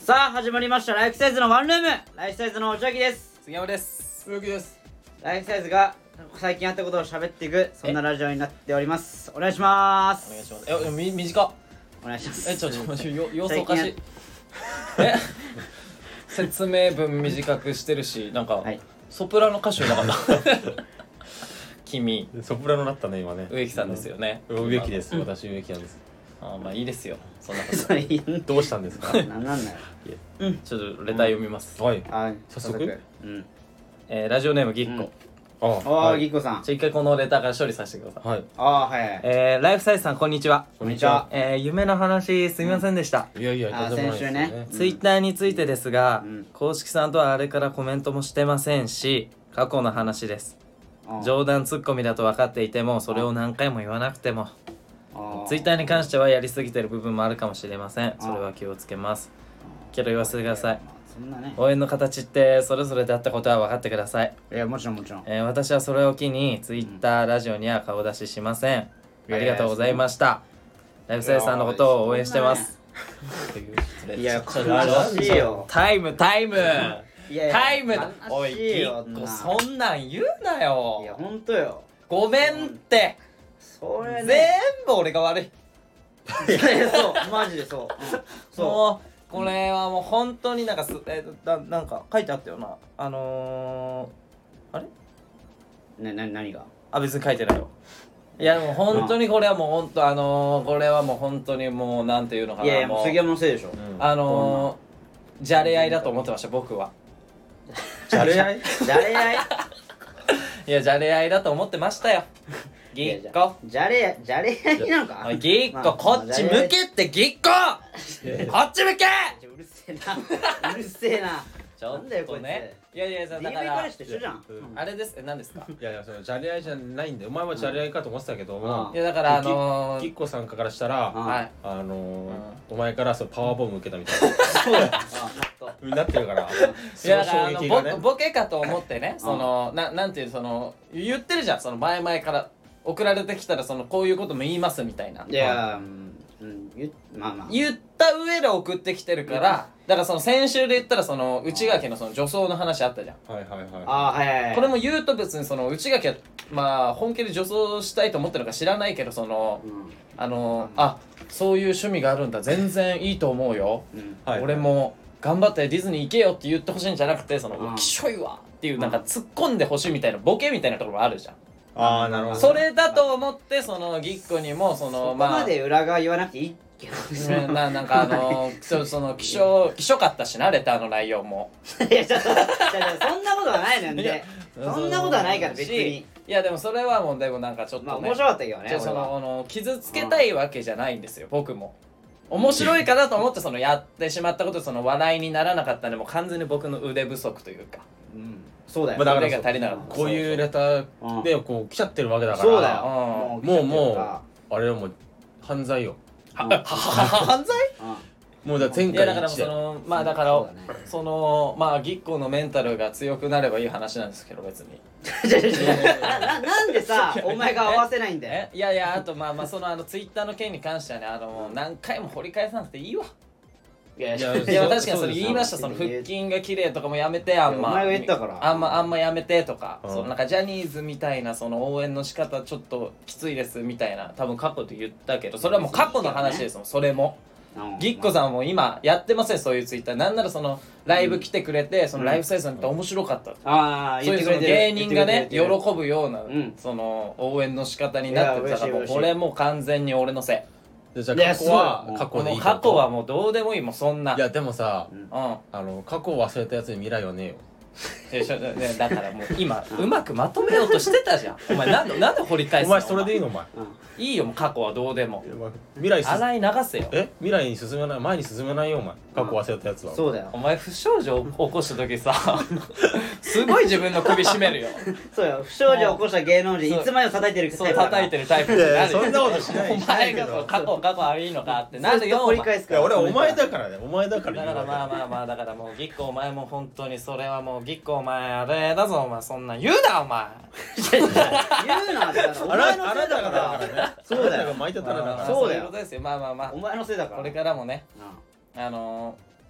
さあ始まりましたライフサイズのワンルーム。ライフサイズのおちあきです。 杉山です。 鈴木です。 ライフサイズが最近あったことを喋っていく、そんなラジオになっております。お願いします。 お願いします。短っ。 お願いします。 様子おかしい。説明文短くしてるし、なんか、はい、ソプラノ歌手いなかった君ソプラノだったね今ね。 植木さんですよね。 植木です。私植木なんです。 まあいいですよ。そんなことどうしたんですか。 なんだよ。 ちょっとレター読みます。 はい。 早速。 ラジオネームぎっこ。 ああ、ぎっこさん。 一回このレターから処理させてください。 はい。 はい。 ライフサイズさんこんにちは。 こんにちは。 夢の話すみませんでした。 いや先週ね。 ツイッターについてですが、公式さんとはあれからコメントもしてませんし、過去の話です。冗談ツッコミだと分かっていても、それを何回も言わなくても。ツイッターに関してはやりすぎてる部分もあるかもしれません。それは気をつけます。けど言わせてください。応援の形ってそれぞれであったことは分かってください。 いやもちろん。 私はそれを機にツイッター、ラジオには顔出ししません。ありがとうございました。ライフサイズさんのことを応援してます。 いや悲しいよ。 タイムおいぎっこそんなん言うなよ。 いやほんとよ。 ごめんって。 それね、 全部俺が悪い。 そうマジでそう。 そうこれはもう本当になんかなんか書いてあったよな。あれ？ 何が？ 別に書いてないよ。いやでも本当にこれはもう本当これはもう本当にもうなんていうのかな。 いやもう杉山のせいでしょ。 じゃれ合いだと思ってました僕は。 じゃれ合い？ いやじゃれ合いだと思ってましたよ。ぎっこじゃれ合いなのか。 ぎっここっち向けってぎっここっち向け。 うるせえなちょっとね。いやだからあれです。何ですか。 いやそのじゃれ合いじゃないんで、お前はじゃれ合いかと思ってたけども、 いやだからぎっこさんからしたらお前からパワーボム受けたみたいななってるから。 いやだからボケかと思ってね、なんていう言ってるじゃん、その前々から送られてきたらこういうことも言いますみたいな。 いや言った上で送ってきてるから、だから先週で言ったら内垣の女装の話あったじゃん。これも言うと別に内垣は本気で女装したいと思ってるのか知らないけどそういう趣味があるんだ、全然いいと思うよ、俺も頑張ってディズニー行けよって言ってほしいんじゃなくてきしょいわっていうなんか突っ込んでほしいみたいなボケみたいなところあるじゃん。 なるほど。 それだと思ってぎっこにもそこまで裏側言わなくていいけどなんかきしょかったしな、レターの内容も。 いやちょっとそんなことはないのよね。そんなことはないから別に。 いやでもそれはもうでもなんかちょっとね、 面白かったけどね。 傷つけたいわけじゃないんですよ、僕も。面白いかなと思ってやってしまったことで笑いにならなかったんで、もう完全に僕の腕不足というか。 そうだよ。 腕が足りなかった。 こういうレターで来ちゃってるわけだから。 そうだよ。 もうあれはもう犯罪よ。 犯罪？ もう前回一だからぎっこのメンタルが強くなればいい話なんですけど、別に。 なんでさお前が合わせないんだよ。 いやあとツイッターの件に関してはね、何回も掘り返さなくていいわ。いや確かにそれ言いました。腹筋が綺麗とかもやめて、お前が言ったからあんまやめてとか、なんかジャニーズみたいな応援の仕方ちょっときついですみたいな、多分過去で言ったけど、それはもう過去の話ですもん。それもぎっこさんも今やってません、そういうツイッター。なんならライブ来てくれて、ライブサイズって面白かった、そういう芸人がね喜ぶような応援の仕方になってたから、もうこれもう完全に俺のせい。 じゃあ過去は過去でいい。 過去はもうどうでもいい、もうそんな。 いやでもさ、過去を忘れたやつに未来はねえよ。 だからもう今うまくまとめようとしてたじゃん。お前なんで掘り返すの。 お前それでいいの。お前いいよ、もう過去はどうでも。 未来洗い流せよ。 未来に進めない、前に進めないよお前。過去忘れたやつは。 そうだよ。 お前不祥事を起こした時さすごい自分の首絞めるよ。 そうよ、不祥事を起こした芸能人いつまでも叩いてるタイプ。叩いてるタイプになるよ。 そんなことしない。 お前が過去悪いのかってなんでよ。 掘り返すから。 俺はお前だからね。お前だからだからまあだからもうぎっこお前も本当にそれはもうぎっこお前あれだぞ、お前そんな言うなお前。 言うなってお前のせいだから。そうだよ。 巻いてたらだから。 そういうことですよ。まあお前のせいだから。 これからもね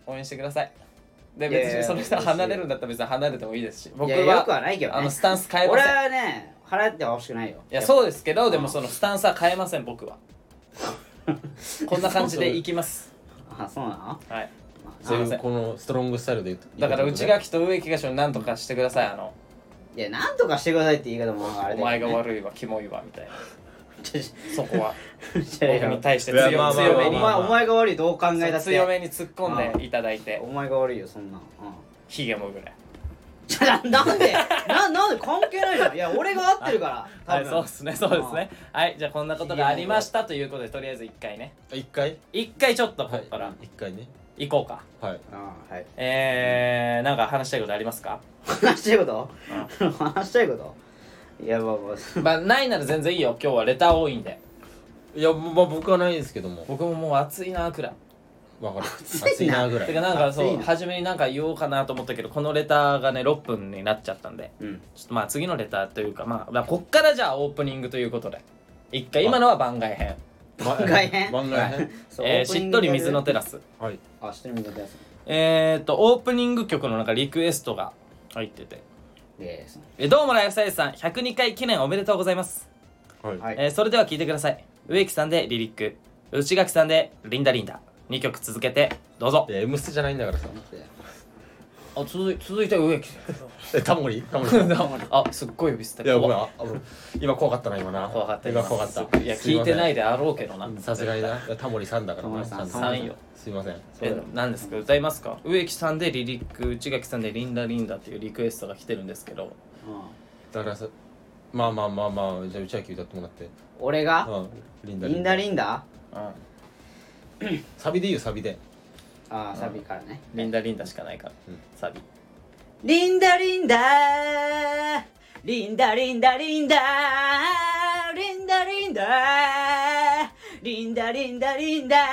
応援してください。でいやいや別にその人離れるんだったら別に離れてもいいですし、僕いやよくははないけどねスタンス変えま俺せん。 はね払っては欲しくないよ。 いやそうですけど、でもそのスタンスは変えません僕は。こんな感じでいきます。 あ、そうなの。 はい。 そういうこのストロングスタイルでだから内垣と植木がなんとかしてください。 いや、なんとかしてくださいって言い方もあれだよね。 お前が悪いわキモいわみたいな。そこはいやいや僕に対していやまあまあ強めにまあお前が悪いどう考えたって強めに突っ込んでいただいて、 お前が悪いよそんなヒゲもぐらい。 なんでなんで関係ないじゃん。いや俺が合ってるからはい、そうですねそうですね。はい、じゃあこんなことがありましたということで、とりあえず1回ね、 一回ちょっとこっから一回ね行こうか。 はいはいなんか話したいことありますか？ 話したいこと話したいこといやまあまあないなら全然いいよ。今日はレター多いんで。 いやまあ僕はないですけども僕ももう暑いなくらい。 わかる暑いなぐらいてかなんかそう暑いな初めになんか言おうかなと思ったけど、このレターがね6分になっちゃったんで、 うんちょっとまあ次のレターというかまあこっからじゃあオープニングということで一回今のは番外編。 番外編番外編そうしっとり水のテラス。 はいあ、しっとり水のテラスオープニング曲のなんかリクエストが入ってて、 ですどうもライフスタイルさん102回記念おめでとうございます。 はいはいそれでは聴いてください。植木さんでリリック、内垣さんでリンダリンダ、2曲続けてどうぞ。 いや M ステじゃないんだからさ続いて植木タモリあ、すっごい呼び捨て。 いやごめん今怖かったな今な怖かった今怖かったいや聞いてないであろうけどな。 さすがになタモリさんだからなタモリさんさんよ。 すいません何ですか、歌いますか？植木さんでリリック、内垣さんでリンダリンダっていうリクエストが来てるんですけど、 だからさまあじゃあ内垣歌ってもらって俺がリンリンダリンダサビでいいよサビでああサビからねリンダリンダしかないから、サビ。 リンダリンダリンダリンダリンダリンダリンダリンダリンダリンダ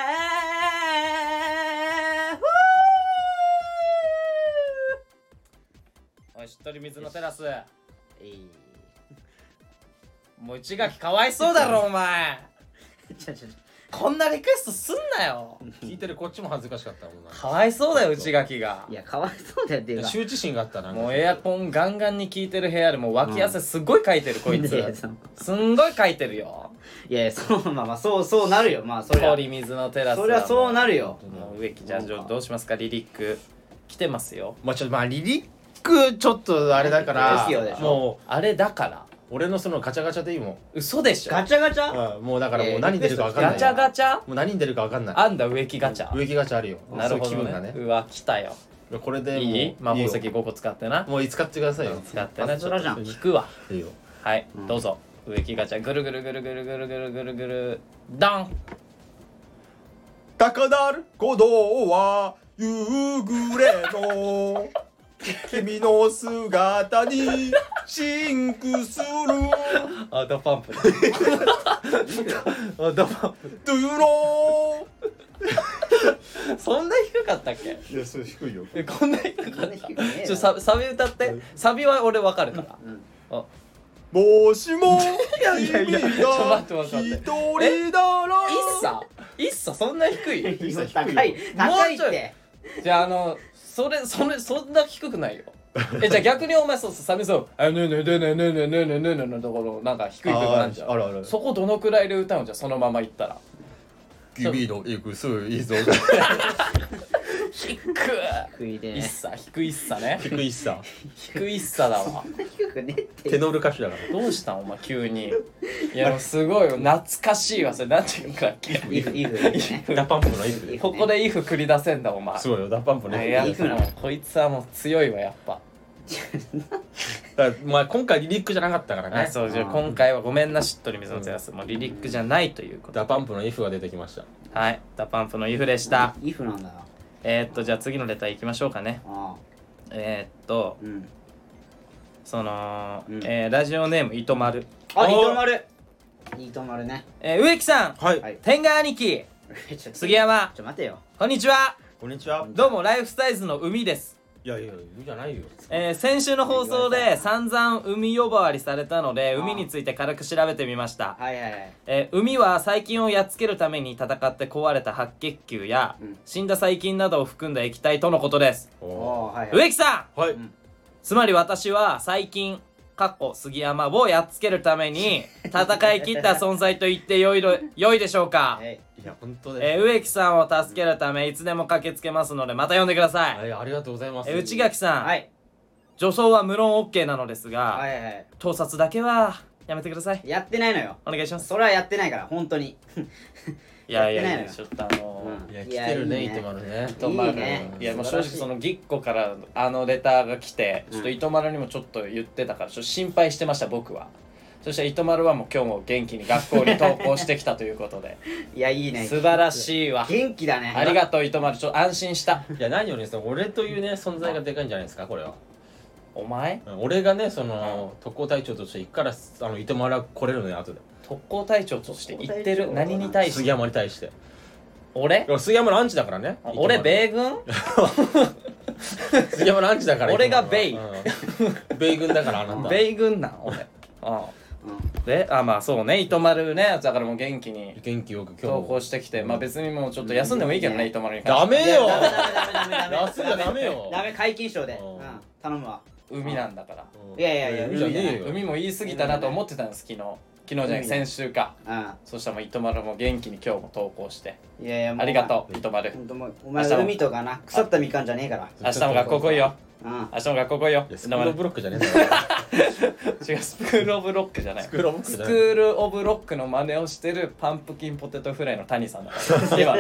おいしっとり水のテラス、 いいもう内垣かわいそうだろお前ちょこんなリクエストすんなよ。 聞いてるこっちも恥ずかしかったもんなかわいそうだよ内垣が。 いやかわいそうだよっていうか羞恥心があったなもうエアコンガンガンに効いてる部屋でもう脇汗すっごいかいてる、こいついやそうすんごいかいてるよ。 いやそうまあそうなるよまあそりゃ氷水のテラスはそりゃそうなるよもう植木じゃあどうしますか？リリック来てますよ。 まあリリックちょっとあれだからですよでしょもあれだからう俺のそのガチャガチャでいいもん嘘でしょ。 ガチャガチャもうだからもう何出るか分かんないガチャガチャもう何出るか分かんないあんだ植木ガチャ。 植木ガチャあるよなるほどそういう気分がねねうわ来たよ。 これでもういい魔法石いいよ 5個使ってな。 もう使ってくださいよ使ってなちょっあそらじゃんと引くわ。 いいよはい、 うんどうぞ植木ガチャぐるぐるぐるぐるぐるぐるぐるぐるドン。 高鳴る鼓動は夕暮れの君の姿にシンクするあダパンプだあダパンプ Do you know そんな低かったっけ？ いやそれ低いよこんな低かったこんな低くねえなちょサビ歌って。サビは俺わかるからうんあもしもいや君がちょっと待って待って一人なら一茶そんな低い？ 高い高いってじゃあそんな低くないよ。じゃあ逆にお前そうサビそうねえねえねえねえねえねえねえねえのところなんか低い部分あるじゃん。 あるあるそこどのくらいで歌うんじゃそのままいったら。 君の行く水族低低いでいっさ低いっさね。 低いっさ低いっさだわ。 低くねってテノール歌手だからどうしたんお前急に。いやもうすごいよ懐かしいわそれなんていうかっけ。 イフねダパンプのイフここでイフ繰り出せんだお前。 そうよダパンプのいやイフなのもうこいつはもう強いわやっぱ。 だからまあ今回リリックじゃなかったからねそうじゃあ今回はごめんなしっとり水のテラスもうリリックじゃないということで。 ダパンプのイフが出てきましたはいダパンプのイフでした。 イフなんだじゃあ次のレターいきましょうかね。 あうんその、 うんラジオネーム糸丸。 あ糸丸ね植木さん、 はいはい天下兄貴杉山ちょ待てよこんにちは。 こんにちはどうもライフスタイルの海です。 いやいやいいじゃないよ。 先週の放送で散々海呼ばわりされたので海について軽く調べてみました。 はいはいはい。 海は細菌をやっつけるために戦って壊れた白血球や、死んだ細菌などを含んだ液体とのことです。 はいはい。 植木さん、 はい、 つまり私は細菌杉山をやっつけるために戦い切った存在と言ってよいでしょうか。 いや本当です。 植木さんを助けるためいつでも駆けつけますのでまた呼んでください。 はい、ありがとうございます。 内垣さん、 はい。 女装は無論 OK なのですが、 はいはい。 盗撮だけはやめてください。 やってないのよ。 お願いします。 それはやってないから本当に。 いやいやってないのよやちょっとうんいや来てるね、 いやいいね糸丸ね。 糸丸いいねいやもう正直素晴らしいそのぎっこからレターが来てちょっと糸丸にもちょっと言ってたからちょっと心配してました僕は。そしたら糸丸はもう今日も元気に学校に登校してきたということでいやいいね。 素晴らしいわ。 元気だね。 ありがとう糸丸、ちょっと安心した。 いや何よりその俺というね存在がでかいんじゃないですかこれは。 お前俺がねその特攻隊長として行くから糸丸は来れるのよ後で。 特攻隊長として言ってる。何に対して。 杉山に対して。 俺杉山のアンチだからね。 俺米軍杉山のアンチだから。 俺が米米軍だからあなた。 米軍なん俺。でまあそうね糸丸ねだからもう元気に元気よく今日登校してきてまあ別にもうちょっと休んでもいいけどね糸丸に関ダしてメよ。 休んじゃダメよ。 ダメ皆勤賞で。頼むわ。 海なんだから。 いやいやいや海じゃねえよ。 海も言い過ぎたなと思ってたんです昨日じゃない先週か。そしたらもう糸丸も元気に今日も登校して。 いやいやもうありがとう糸丸。 ほんともうお前海とかな腐ったみかんじゃねえから。 明日も学校来いよ。明日も学校来いよ。 スクールオブロックじゃねえんだよ。 違うスクールオブロックじゃない。 スクールオブロックの真似をしてるパンプキンポテトフライの谷さんだから今の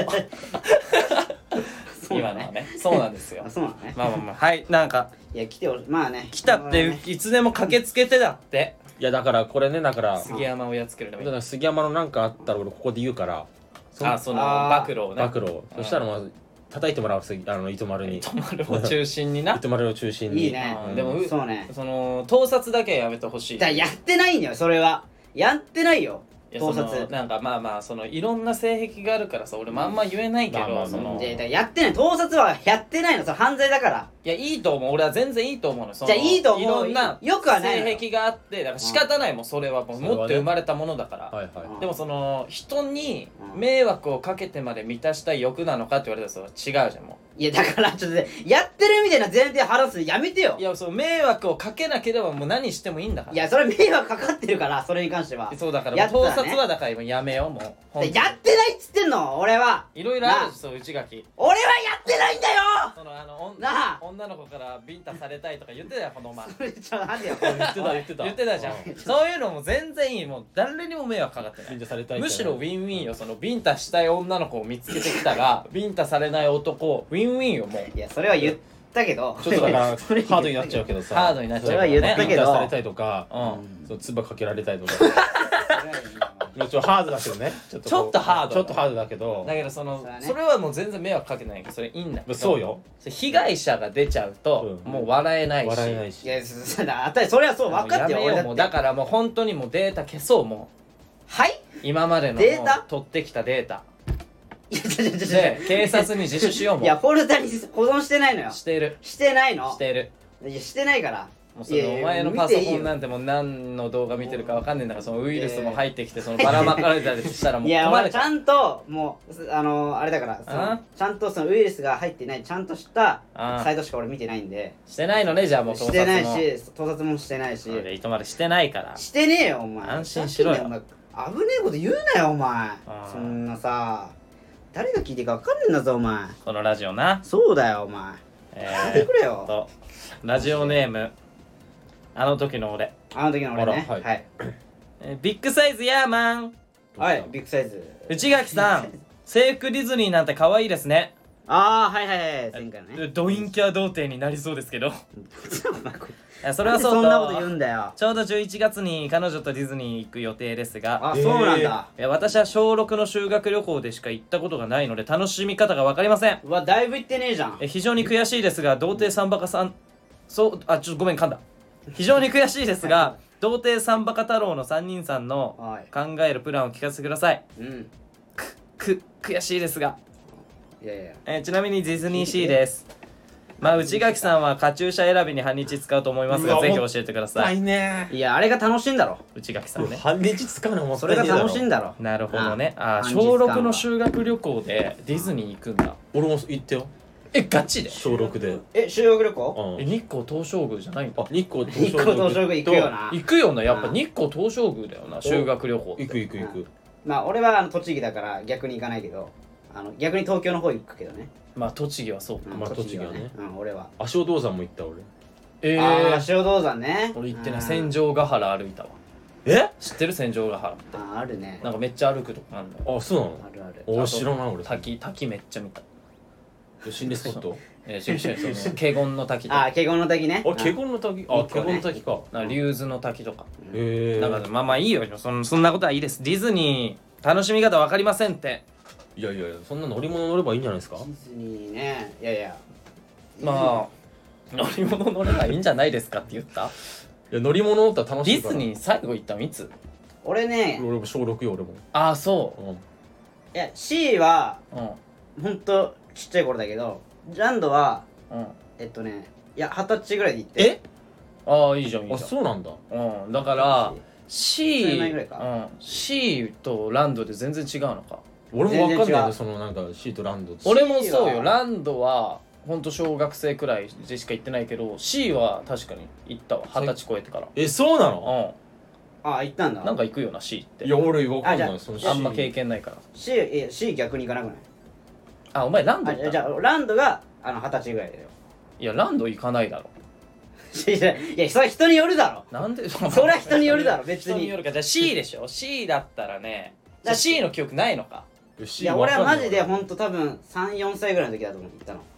今のはねそうなんですよ。 そうなのね。 まあはいなんかいや来てまあね来たっていつでも駆けつけてだって。 いやだからこれねだから杉山をやっつけるために杉山のなんかあったら俺ここで言うからその暴露をねそしたらまず叩いてもらう糸丸に糸丸を中心にな糸丸を中心にいいね。 でもそうね。 その盗撮だけはやめてほしい。 だやってないんだよそれは。やってないよ盗撮。 なんかまあそのいろんな性癖があるからさ俺もあんま言えないけどそのやってない盗撮はやってないのそれ犯罪だから。 いやいいと思う俺は全然いいと思うの。 じゃあいいと思う。 いろんなよくはない性癖があってだから仕方ないもんそれはもう持って生まれたものだからでもその人に迷惑をかけてまで満たしたい欲なのかって言われたらそれ違うじゃんもう。 いやだからちょっとやってるみたいな前提話すのやめてよ。 いやそう迷惑をかけなければもう何してもいいんだから。 いやそれ迷惑かかってるからそれに関しては。 そうだから盗撮はだから今やめようもう。 やってないっつってんの俺は。 いろいろあるしそう内垣。 俺はやってないんだよ。 そのなあ女の子からビンタされたいとか言ってたよこの前。 ちょなんでよ。 言ってたじゃん。そういうのも全然いいもう誰にも迷惑かかってない。 ビンタされたいむしろウィンウィンよそのビンタしたい女の子を見つけてきたらビンタされない男ウィンウィンよもう。 いやそれは言ったけどちょっとだからハードになっちゃうけどさハードになっちゃうそれは言ったけどビンタされたいとか唾かけられたいとかちょっとハードだけどねちょっとハードだけどだけどそれはもう全然迷惑かけないけどそれいいんだけどそうよ被害者が出ちゃうともう笑えないしいやそれはそう分かってよもうだからもう本当にもうデータ消そうもうはい今までのデータ取ってきたデータいやで警察に自首しようもん。 いやフォルダに保存してないのよ。 してるしてないの。 してる。 いやしてないからもうそのお前のパソコンなんてもう何の動画見てるかわかんねえんだからそのウイルスも入ってきてそのばらまかれたりしたらもういや困る俺ちゃんともうあれだからちゃんとそのウイルスが入ってないちゃんとしたサイトしか俺見てないんで。 してないのねじゃあもうしてないし盗撮もしてないし。 糸丸してないからしてねえよお前。 安心しろよ。 危ねえこと言うなよお前。そんなさ誰が聞いてるか分かんねえんだぞお前。 このラジオな。 そうだよお前。やってくれよ。 ラジオネームあの時の俺。 あの時の俺ね。はい。 ビッグサイズヤーマン。 はいビッグサイズ。 内垣さん制服ディズニーなんて可愛いですね。 ああはいはいはい前回のね。 ドインキャ童貞になりそうですけどそれはそうとそんなこと言うんだよ。 ちょうど11月に彼女とディズニー行く予定ですがあそうなんだ。 私は小6の修学旅行でしか行ったことがないので楽しみ方が分かりません。 うわだいぶ行ってねえじゃん。 非常に悔しいですが童貞サンバカさんちょっとごめん噛んだ。非常に悔しいですが童貞サンバカ太郎の3人さんの考えるプランを聞かせてください。悔しいですがいやいやちなみにディズニーシーです。 まあ内垣さんはカチューシャ選びに半日使うと思いますが、ぜひ教えてください。 ねいやあれが楽しいんだろ。 内垣さんね。 半日使うのもっそれがたいねえだろ。 楽しいんだろ。 なるほどね。 あ小6の修学旅行でディズニー行くんだ。 俺も行ってよ、 ガチで？ 小6で。 修学旅行？ うん日光東照宮じゃないんだ。 日光日光東照宮行くよな。 行くよな、やっぱ日光東照宮だよな、修学旅行って。 行く行く行く。 まあ俺は栃木だから逆に行かないけど、逆に東京の方行くけどね。 まあ栃木はそうか。 まあ栃木はね。 俺は。 足尾銅山も行った俺。 塩銅山ね。 俺行ってない。千丈ヶ原歩いたわ。 え？ 知ってる千丈ヶ原って。 あるね。 なんかめっちゃ歩くとこあんだよ。 あ、そうなの？ あるある。 お、知らない俺。 滝めっちゃ見た。 心霊スポット？ その華厳の滝とか。 華厳の滝ね。 あ、華厳の滝。あ、華厳の滝か。 なんか竜頭の滝とか。 へえ。 なんかまあまあいいよ、そんなことはいいです。ディズニー楽しみ方わかりませんって。 いやいやいや、そんな乗り物乗ればいいんじゃないですか？ ディズニーね。いやいや。 まあ乗り物乗ればいいんじゃないですかって言った？ いや、乗り物乗ったら楽しいから。 ディズニー最後行ったのいつ？ 俺ね、 俺も小6よ俺も。 ああそうん。 いや C はう。 ほんとちっちゃい頃だけど、ランドはうん。 いや20歳ぐらいで行って。 え？ ああいいじゃんいいあ、 じゃん。 そうなんだ。 うん。だからそれ C 前ぐらいか C とランドで全然違うのか。 俺もわかんないよ、 全然違うそのなんかシートランドって。 俺もそう C はよ。ランドはほんと小学生くらいでしか行ってないけど C は確かに行ったわ。20歳超えてから。 え、そうなの？ あ、行ったんだ。 なんか行くよな C っていや、俺わかんなあじゃあい。そのあんま経験ないから。 C 逆に行かなくない？ あお前ランド行った？ じゃあランドが20歳ぐらいだよ。 いやランド行かないだろ。 いやそれは人によるだろ。 なんでそそれは人によるだろ別に。 人によるか。じゃあ C でしょ。 C だったらね、じゃあ C の記憶ないのか。 いや俺はマジでほんと多分34歳ぐらいの時だと思う行ったの。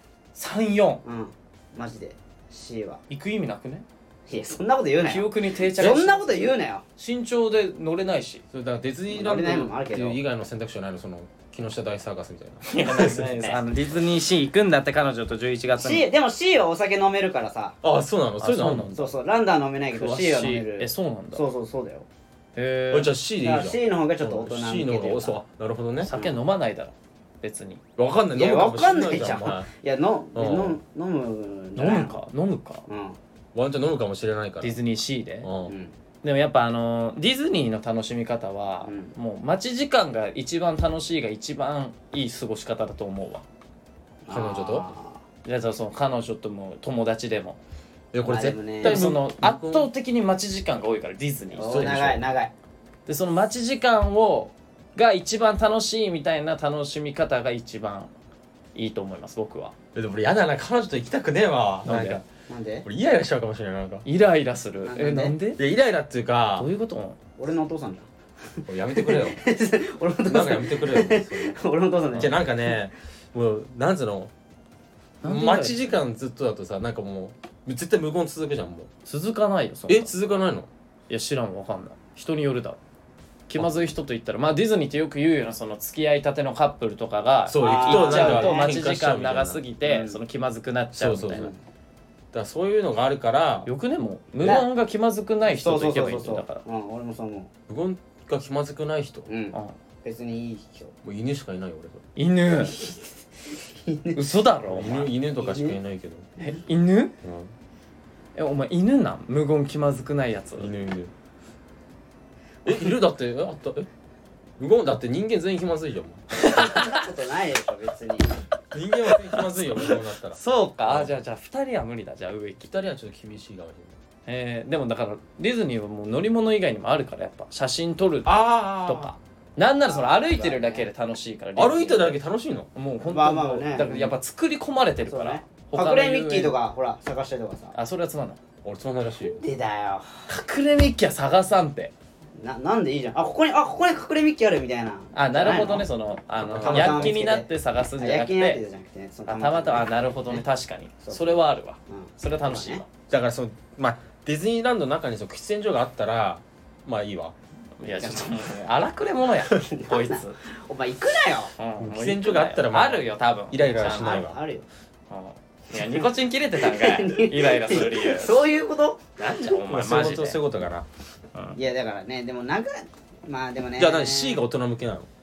34 うんマジで C は。 行く意味なくね？ いやそんなこと言うな記よ。 憶に定着そんなこと言うなよ。 身長で乗れないし。 それだからディズニーラン乗れないのもあドってるけどいう以外の選択肢はないの？その木下大サーカスみたいな。 いやないですないですディズニーシー行くんだって彼女と11月に。 C でも C はお酒飲めるからさ。 あ、そうなの？そういうのあるの？ そうそうランダー飲めないけど詳しい C は飲める。 そうなんだ。 そうだよ。 へじゃあ C でいいじゃん。 C の方がちょっと大人向け C の方がで。 そう。なるほどね。 酒飲まないだろ別に。 わかんない。 いやわ飲むかもしれかんないじゃん。 お前いや飲うんむ飲むか飲むか。 うんワンちゃん飲むかもしれないから。 ディズニーシーで。 うんうんでもやっぱディズニーの楽しみ方は、もう待ち時間が一番楽しいが一番いい過ごし方だと思うわ。 彼女とじゃあその彼女とも友達でも。 いやこれ絶まあでもねでもその圧倒的に待ち時間が多いからディズニー。 お長い長い。 でその待ち時間が一番楽しいみたいな楽しみ方が一番いいと思います僕は。 でも俺やだな、彼女と行きたくねえわ。 なんでかなんで？ 俺イライラしちゃうかもしれない。なんかイライラする。なんで？ いやイライラっていうかどういうこと？ 俺のお父さんじやめてくれよ。 ゃん。俺のお父なんかさん。 やめてくれよ。 俺のお父さんだよ。 じゃあなんかね、もうなんつうの、 なんで待ち時間ずっとだとさ、なんかもう絶対無言続くじゃん。もう続かないよそんな。 え、続かないの？ いや知らんわかんない。人によるだろ。気まずい人と言ったらまあディズニーってよく言うようなその付き合いたてのカップルとかがそう、 あー行行っちゃうとなんか待ち時間長すぎて、 うんその気まずくなっちゃうみたいな。 そうだからそういうのがあるから、 よくねもう無言が気まずくない人と行けばいいんだよだから。 うん俺もそう思無言が気まずくない人、もう。うんうん別にいい人。 う犬しかいないよ俺と。 犬嘘だろお前。 犬とかしかいないけど。 犬お前犬なん無言気まずくないやつ。 犬。え、犬だってあった無言だって人間全員気まずいじゃん。 そんなことないでしょ別に。 人間は全員気まずいよ無言だったら。 そうか。じゃあ2人は無理だ。じゃあ植木。 二人はちょっと厳しいかもしでもだからディズニーはもう乗り物以外にもあるからやっぱ写真撮るとれない。あかなんならその歩いてるだけで楽しいから歩いてるだけけ楽しいの？ もう本まあ当にもうまあねだからやっぱ作り込まれてるからそうね。 他の隠れミッキーとかほら探したりとかさ。 あそれはつまんない。 俺そんならしいよ。 でだよ。 隠れミッキーは探さんて。 なんでいいじゃん。ここに隠れミッキーあるみたいな。 あなるほどね。 じゃないのそのたまたま躍起になって探すんじゃなく野球やっててじゃなくてね。 たまたまなるほどね確かにそうそれはあるわ。 うんそれは楽しいわ。 だからそのまあディズニーランドの中にその喫煙所があったらまあいいわ。 いやちょっともう荒くれ者やこいつ。 お前行くなよ。 うん喫煙所があったらまああるよ多分。 イライラしないわあるよ。 いやニコチン切れてたんかい。イライラする理由。 そういうこと？ なんじゃお前そういうことマジで。 そういうことかな。 いやだからねでもまあでもね。 じゃあ何 C が大人向けなの？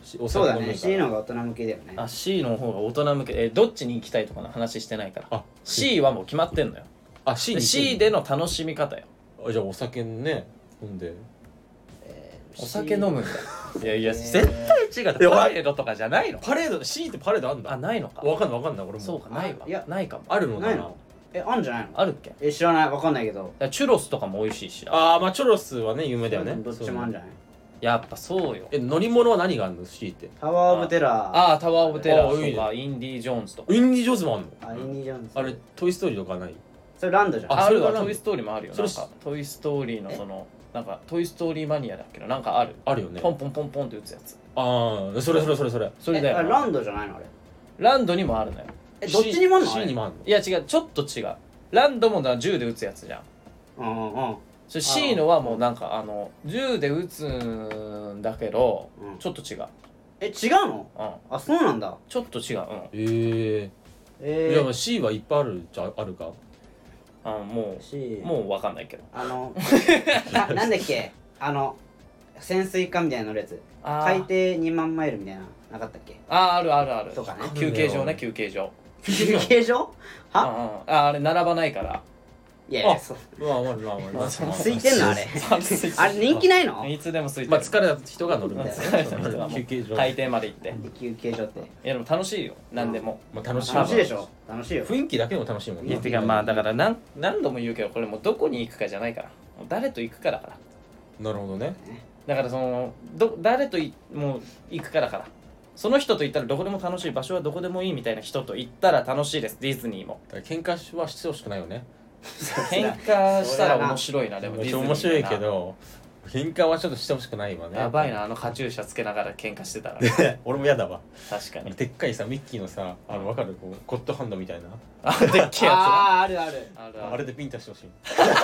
おそうだね酒飲むから C の方が大人向けだよね。 あ C の方が大人向けどっちに行きたいとかの話してないからあ C はもう決まってんのよあ C でに C での楽しみ方よあじゃあお酒ね飲んでお酒飲むんだいやいやえー絶対違うパレードとかじゃないのパレード C ってパレードあんだあないのかわかんない俺もそうかないわいやないかもあるのかなないの？あんじゃないの？ あるっけ知らないわかんないけど。 だからチュロスとかも美味しいしなああまあチョロスはね有名だよねどっちもあんじゃない？ やっぱそうよ乗り物は何があるの C ってタワーオブテラー。 ああタワーオブテラあいいねーとかインディ・ージョーンズとかインディ・ジョーンズもあんのあ、インディ・ジョーンズ。 あれトイ・ストーリーとかないそれランドじゃん。 あそれがあるわトイ・ストーリーもあるよそれなんかトイ・ストーリーのそのなんかトイ・ストーリーマニアだっけどなんかあるあるよねポンポンポンポンって打つやつああそれそれだよなランドじゃないのあれ。 ランドにもあるのよどっちにもあんの？ C にもあんのいや違うちょっと違うランドもだ銃で撃つやつじゃんうんうんうん。 それ C のはもうなんか銃で撃つんだけどうんちょっと違う違うの？ うんあ、そうなんだ。 ちょっと違ううんいやまあ C はいっぱいあるじゃあるかも C う分かんないけどなんだっけ潜水艦みたいなの乗るやつ。海底2万マイルみたいななかったっけ？ あるあるあるとかね休憩所ね休憩所休憩所？は？ あれ並ばないからいやいや、 あそう。 まあ空いてんのあれ。あれ人気ないの？ いつでも空いてるまあ疲れた人が乗るみたい疲れた人がなもう休憩所海底まで行って休憩所って。 いやでも楽しいよ何でもまあ楽しい楽しいでしょ？楽しいよ。 雰囲気だけでも楽しいもんいやてかまあだから何度も言うけどこれもうどこに行くかじゃないからもう誰と行くかだからなるほどねだからその誰ともう行くかだからその人と行ったらどこでも楽しい場所はどこでもいいみたいな人と行ったら楽しいですディズニーもだから喧嘩はしてほしくないよね喧嘩したら面白いなでももディズニー面白いけど喧嘩はちょっとしてほしくないわねやばいなカチューシャつけながら喧嘩してたら俺も嫌だわ確かにでっかいさミッキーのさ分かるこうゴッドハンドみたいなでっけえやああるある。 つあるあれでビンタしてほしい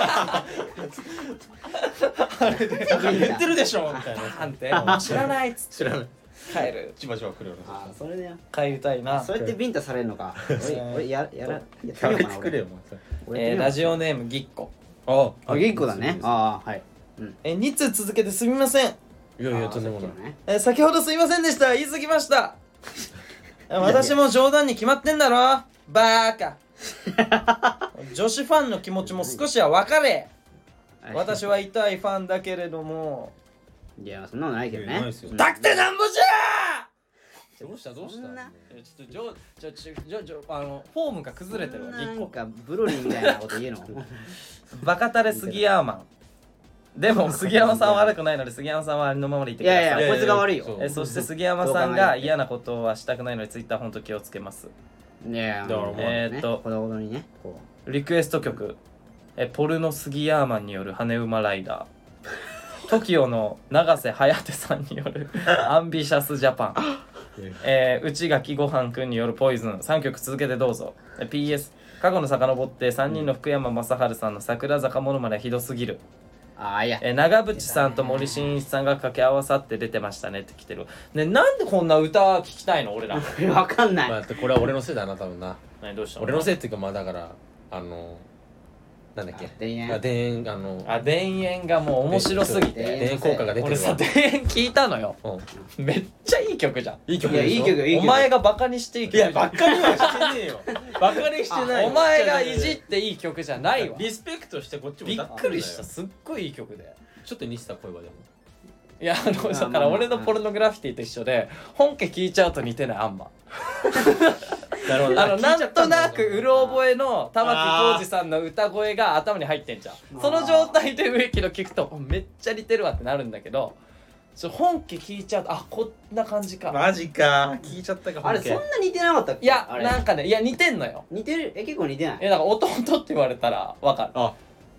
言言ってるでしょみたいななんて知らないっつって知らない帰る千葉千葉来るよああ、それだよ。 帰りたいなそうやってビンタされるのか。俺やってみようかな。 やめてくれよもうそれ俺やってみようかなラジオネームぎっこあ、結構だね。ああ、はい。 2通続けてすみませんいやいやとんでもないね。 先ほどすいませんでした言い過ぎました私も冗談に決まってんだろバーカ女子ファンの気持ちも少しは分かれ私は痛いファンだけれどもいや、そんなのないけどねいやないですよ。 だくてなんぼじゃどうしたそんなちょっとフォームが崩れてるわ1個なんかブロリーみたいなこと言うの。 バカタレ杉山マンでも杉山さんは悪くないので杉山さんはありのままでいてくださいいやいやこいつが悪いよそうそして杉山さんが嫌なことはしたくないのでツイッターほんと気をつけますいやいや、 だからもうほどほどにね。こリクエスト曲ポルノ杉ヤーマンによる羽馬ライダー TOKIO の永瀬颯さんによるアンビシャスジャパン内垣ごはんくんによるポイズン3曲続けてどうぞPS 過去の遡って3人の福山雅治さんの桜坂モノマネはひどすぎるああ、いや。 長渕さんと森進一さんが掛け合わさって出てましたねって来てるねなんでこんな歌聞きたいの俺らわかんない。 まあこれは俺のせいだな多分な何どうしたの俺のせいっていうかまあだからなんだっけ田園田園田園がもう面白すぎ田て園効果が出てるわ俺さ田園聞いたのようんめっちゃいい曲じゃんいい曲いや、いい曲よ、いい曲。 お前がバカにしていい曲じゃんいやバカにはしてねえよバカにしてないよお前がいじっていい曲じゃないわリスペクトしてこっちもびっ歌ってんだよくりしたすっごいいい曲でちょっと似てた声はでもいやだから俺のポルノグラフィティと一緒で本家聞いちゃうと似てないあんまなるほなんとなくうろ覚えの玉置浩二さんの歌声が頭に入ってんじゃんその状態で植木の聞くとめっちゃ似てるわってなるんだけど本家聞いちゃうとこんな感じかマジか聞いちゃったかあれ、そんな似てなかったっけ？ いやあれなんかねいや似てんのよ似てる？結構似てない？ だから弟って言われたらわかるあ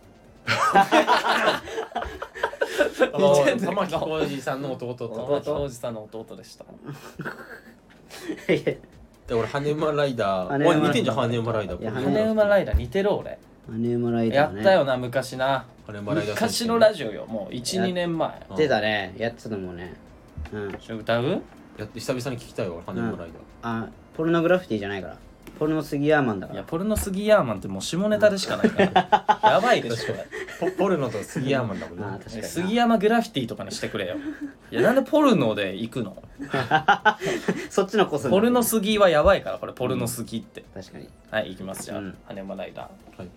似てんの玉置浩二さんの弟と玉置浩二さんの弟でしたで俺羽馬ライダー羽馬似てんじゃん羽馬ライダーいや羽馬ライダー似てる俺羽馬ライやダーね。 ったよな昔な羽馬ライダー昔のラジオよもう 1,2 年前やってたね。やってたのもね。うん。 歌うやって久々に聞きたいよ羽馬ライダーあ、ポルノグラフィティじゃないから。ポルノ杉ヤーマンだから。 いやポルノ杉ヤーマンってもう下ネタでしかないからやばいでしょポルノと杉山だもんね。 確かにな杉山グラフィティとかにしてくれよ。いやなんでポルノで行くの？ そっちのコスポルノ杉はやばいからこれポルノ杉って、 確かに。 はい行きますじゃあ、 うん羽山ライダー、 はい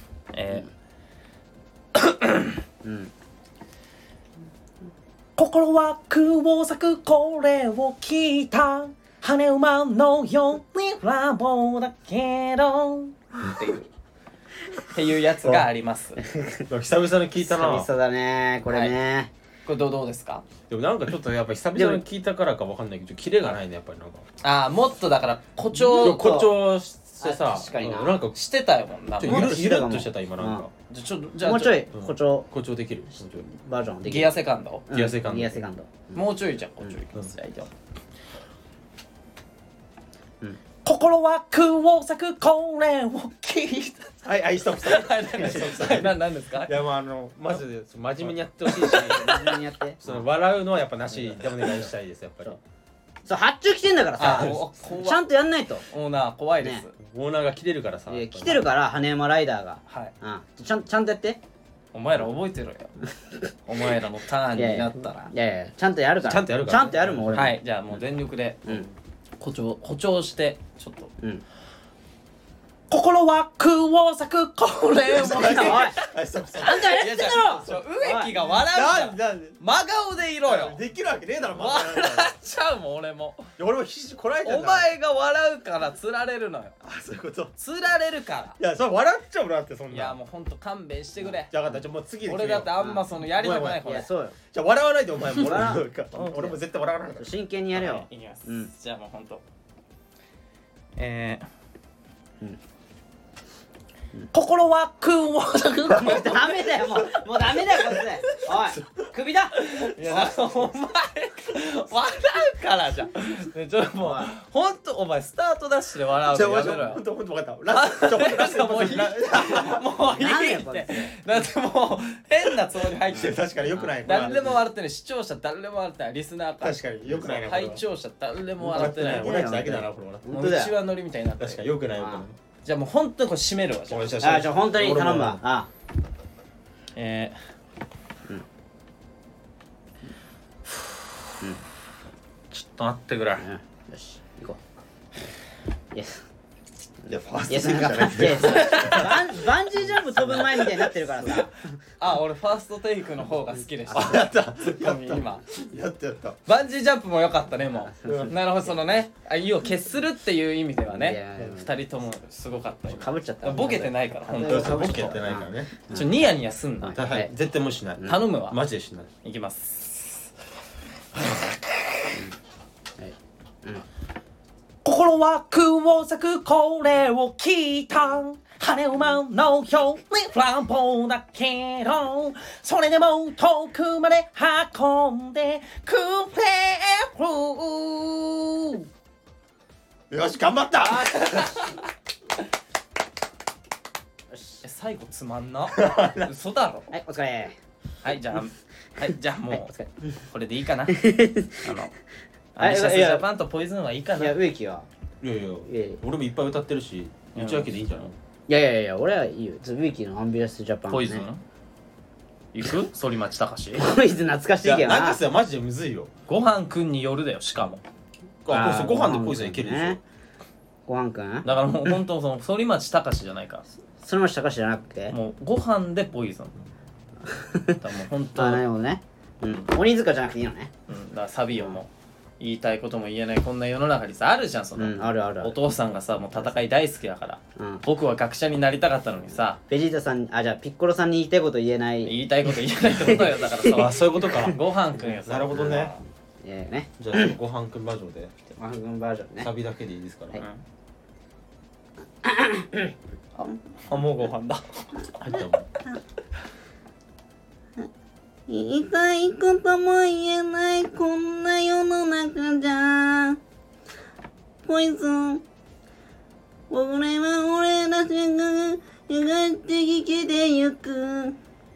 心は空を咲くこれを聞いた羽馬のように乱暴だけどっていうやつがあります。 久々に聞いたな。 久々だねこれね。 これどうですか？ でもなんかちょっとやっぱ久々に聞いたからかわかんないけどキレがないねやっぱりなんか。 ああもっとだから誇張誇張してさ、 確かにななんかしてたよもんな。 ゆるゆるっとしてた今なんか。 じゃあもうちょいうん誇張誇張できる。 バージョンできる。 ギアセカンド、 ギアセカンドギアセカンド。 もうちょいじゃん誇張いきます、じゃあいいよ、 うん心は空を咲くこれを聞いはいストップストップ。 なんですか？ いやもうマジで真面目にやってほしいし、 真面目にやって。 その笑うのはやっぱなしでお願いしたいですやっぱり。 そう発注来てんだからさあお怖っちゃんとやんないと。 オーナー怖いです、 ねオーナーが切れるからさ。 来てるから羽山ライダーが。 はいちゃんとやって。 お前ら覚えてろよお前らのターンになったらいやちゃんとやるから。 ちゃんとやるからちゃんとやるもん俺も。 はいじゃあもう全力でうん誇張してちょっとうん。 心は空を咲くこれをおいはいストップストッあんたやってんだろ。 植木が笑うじゃんプ。 真顔でいろよできるわけねえだろ笑っちゃうもん俺も俺も必死こらえてんだお前が笑うから釣られるのよあそういうこと。 釣られるかいやそれ笑っちゃうもんだってそんな。 らいやもうほんと勘弁してくれじゃあ分かったじゃあもう次で決めよう俺だってあんまそのやりたくないこれいやそうよ。 じゃあ笑わないでお前も笑俺も絶対笑わないから。 真剣にやれよ。 いきます、 うんじゃあもうほんと心は空を咲くダメだよもうダメだよこいつ。おい首だ。 いやお前笑うからじゃんねちょっともうほんとお前スタートダッシュで笑うじゃあのやめろよほんと分かった。ラストラストもういいもういいってだってもう変なつもり入ってる確かに良くない。 誰でも笑ってない視聴者誰でも笑ってないリスナーから確かに良くないな。 拝聴者誰でも笑ってない俺たちだけだなこれはな。 もううちわ乗りみたいになって確かに良くない良くない。 じゃあもうほんとにこれ締めるわじゃあじあじゃあ本当に頼むわ。あちょっと待ってくれよし行こう。イエス。 いやファーいやストなんかじゃないバンジージャンプ飛ぶ前みたいになってるからさ。 あ俺ファーストテイクの方が好きでしたやったツッコミ今やったバンジージャンプも良かったねもううんなるほどそのね意を決するっていう意味ではいやね二人ともすごかった今かぶっちゃった。 ボケてないから本当にボケてないからね。 ニヤニヤすんなはい絶対無視しない。 頼むわマジでしない。 いきます心は空を咲くこれを聞いた羽馬のように乱暴だけどそれでも遠くまで運んでくれるよし頑張った。 最後つまんな嘘だろはいお疲れ。 はいじゃあはいじゃあもうはいお疲れ。 これでいいかなはいアニシャスジャパンとポイズンはいいかないや植木は。 いやいや俺もいっぱい歌ってるし打ち明けでいいんじゃない。 いや俺はいいよ。植木のアンビラスジャパン。 ポイズン行く反町隆史ポイズン懐かしいけどな。 中瀬はマジでむずいよ。 ご飯くんによるだよしかもあご飯でポイズンいけるでしょ。 ご飯くんだからもう本当その反町隆史じゃないかそれもしたかしじゃなくて。 もうご飯でポイズンだからもう本当あなるほどね。鬼塚じゃなくていいのね。 だからサビをもう言いたいことも言えないこんな世の中にさあるじゃんその、 あるあるある。 お父さんがさもう戦い大好きだからうん。 僕は学者になりたかったのにさベジータさんじゃあピッコロさんに言いたいこと言えない。 言いたいこと言えないってことよだからあさそういうことか。 ご飯くんやさなるほどね。 ね。 じゃあご飯くんバージョンでご飯くんバージョンねサ。ビだけでいいですから。 あもうご飯だ入ったもん。 言いたいことも言えないこんな世の中じゃポイズン俺は俺たちがやがて生きてゆく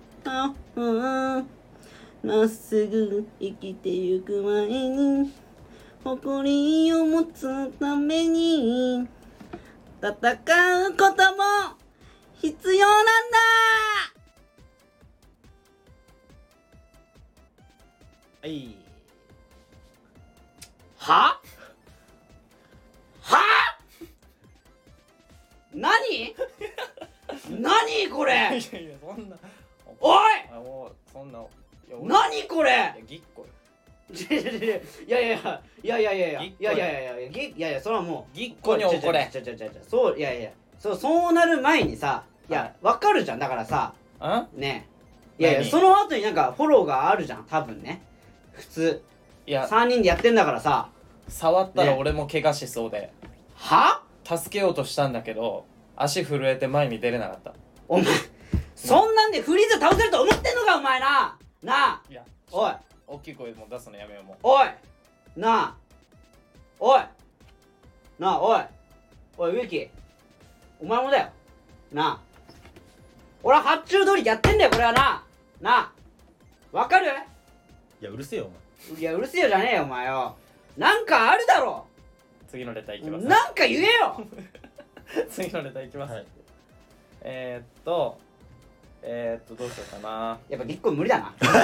まっすぐ生きてゆく前に誇りを持つために戦うことも必要なんだはいは何何これいやいやそんなおいあもうそんな何これいやぎっこよいやいやいやいやいやいやいやいやいやいやいやいやそれはもうぎっこに怒れそういやいやそうなる前にさいやわかるじゃんだからさあねいやいや何その後になんかフォローがあるじゃん多分ね普通いや 3人でやってんだからさ触ったらね俺も怪我しそうでは助けようとしたんだけど足震えて前に出れなかったお前そんなんでフリーズ倒せると思ってんのかお前なあいやおい大きい声もう出すのやめようもうおいなあおいなあおいおい植木お前もだよなあ俺は発注通りやってんだよこれはなあわかるいやうるせえよおいやうるせえよじゃねえよお前よなんかあるだろ次のレターいきますなんか言えよ次のレターいきます、 はいどうしようかなやっぱぎっこ無理だなおい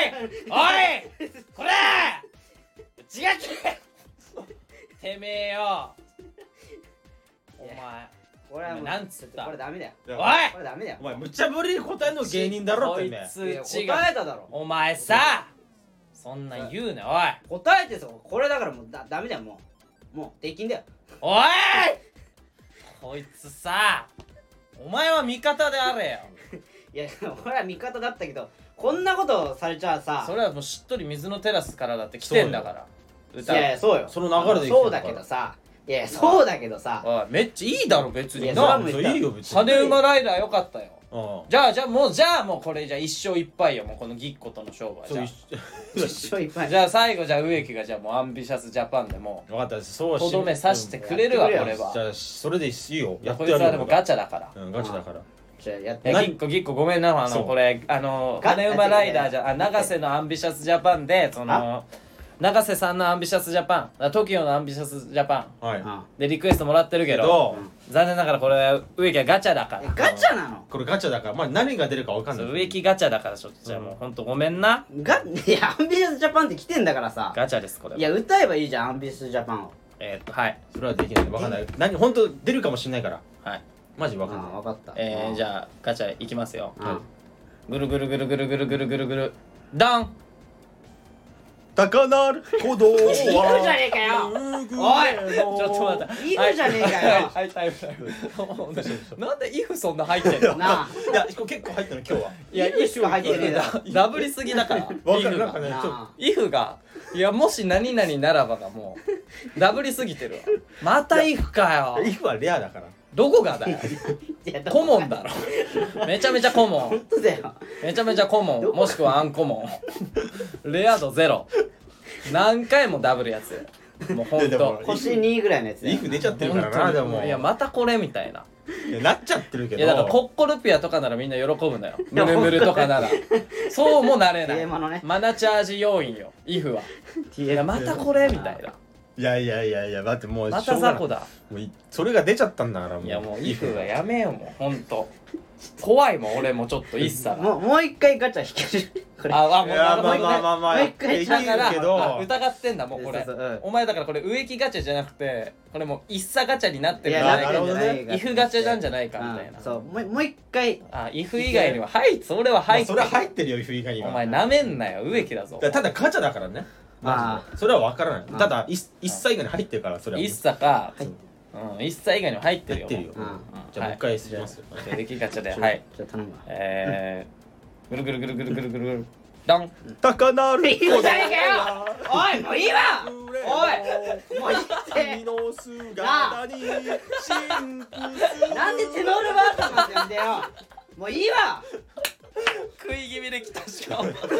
これ違うてめえよお前これはもうなんつったこれダメだよ前おいこれダメだよお前無茶ぶりに答えんの芸人だろってこいねいやつ違う答えただろお前さそんなん言うなおい答えてそうこれだからもうダメだよもうできんだよおいこいつさお前は味方であれよいや俺は味方だったけどこんなことされちゃさそれはもうしっとり水のテラスからだって来てんだから歌いやいやそうよその流れで生きてるそうだけどさいやそうだけどさおいめっちゃいいだろ別いやになそれはもうそういいよ別に羽馬ライダーよかったようんじゃあもうこれじゃあ一勝一敗よもうこのぎっことの勝負はじゃそう一生いっぱいあじゃあ最後じゃあ植木がじゃあもうアンビシャスジャパンでも分かったですそうはとどめさしてくれるわやってくれよこれはじゃあそれでいいよやっこてやるよいつはでもガチャだからうんガチだからじゃあやっいやてぎっこごめんなそうこれ羽馬ライダーじゃ永瀬のアンビシャスジャパンで永瀬さんのアンビシャスジャパン TOKIO のアンビシャスジャパンはいうんでリクエストもらってるけどけど残念ながらこれ植木はガチャだからガチャなのこれガチャだからまあ何が出るか分かんないそう植木ガチャだからちょっとじゃあもうほんとごめんないやアンビシャスジャパンって来てんだからさガチャですこれはいや歌えばいいじゃんアンビシャスジャパンをはいそれはできない分かんない本当出るかもしれないからはいマジ分かんない分かったじゃあガチャいきますようんぐるぐるぐるぐるぐるぐるぐるぐるダン高鳴る鼓動いいじゃはねえかよおいちょっと待っていいじゃねえかよはいタイムなんでイフそんな入ってんのなあいや結構入ったの今日はいやイフ入ってねえだろダブりすぎだから分かるなんかねちょっとなあイフがいやもし何々ならばがもうダブりすぎてるわまたイフかよイフはレアだからどこがだよいやコモンだろめちゃめちゃコモン本当だよめちゃめちゃコモンもしくはアンコモンレア度ゼロ何回もダブるやつもうほんでもと星2ぐらいのやつだよイフ出ちゃってるからなでもいやまたこれみたいないやなっちゃってるけどいやだからコッコルピアとかならみんな喜ぶのよムルムルとかならそうもなれないテーマのねマナチャージ要員よイフはいやまたこれみたいないやだってもうましょうがないた雑魚だもうそれが出ちゃったんだからもういやもうイフはやめようもうほんと怖いもん俺もちょっと一茶がもう一回ガチャ引けるこれもういやなるほどねまあもう一回いけるだからけど疑ってんだもうこれそうそううんお前だからこれ植木ガチャじゃなくてこれもう一茶ガチャになっているんやなってんじゃじゃないかないイフガチャなんじゃないかみたいなそうもう一回イフ以外にははいそれは入ってそれは入ってるよイフ以外にはお前なめんなよ植木だぞただガチャだからねマジでそれは分からないただ一切以外に入ってるからそれは一茶かはい一茶以外にも入ってるよ入ってるようんじゃあもう一回しますよじゃあ植木ガチャではいじゃあ頼むわぐるぐるぐるぐるぐるぐるぐるダン高鳴るいいじゃねえかよおいもういいわおいもういいって君の姿にシンクするなんでテノールバーターなんて呼んでよもういいわ食い気味できたしかも食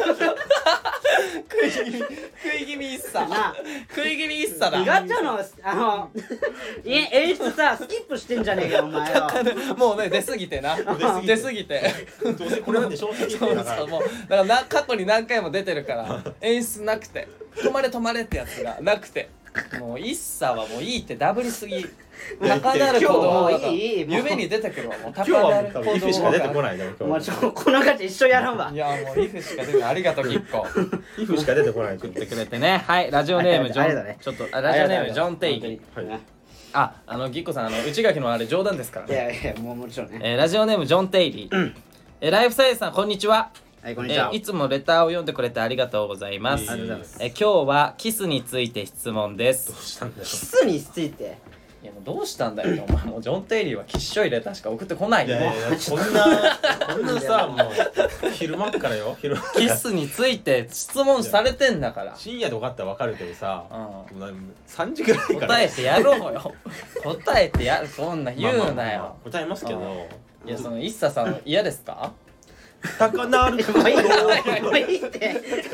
い気味一茶な食い気味一茶だガチャの演出さスキップしてんじゃねえかよお前よもうね出過ぎてな出過ぎてどうせこれなんで小説そうだからそうもうだから過去に何回も出てるから演出なくて止まれ止まれってやつがなくてもう一茶はもういいってダブりすぎ高なる鼓動がいいもう夢に出てくるわもう今日は高なる多分イフしか出てこないでも今日はこのガチ一緒やらんわいやもうイフしか出てないありがとうキッコイフしか出てこない送ってくれてねはいラジオネームジョンありがとうねちょっとラジオネームジョン・テイリーはいギッコさん内垣のあれ冗談ですからいねやいやもちろんねラジオネームジョン・テイリーライフサイズさんこんにちははいこんにちはいつもレターを読んでくれてありがとうございますいえいえありがとうございます今日はキスについて質問ですどうしたんだよキスについていやもうどうしたんだよお前もうジョン・テイリーはきっしょいレターしか送ってこないよいやいやこんなさもう昼間っからよ昼間キスについて質問されてんだから深夜とかあったら分かるけどさうん 3時ぐらいから答えてやろうよ答えてやるそんな言うなよ答えますけどいやそのイッサさん嫌ですか高鳴るもういいもういいって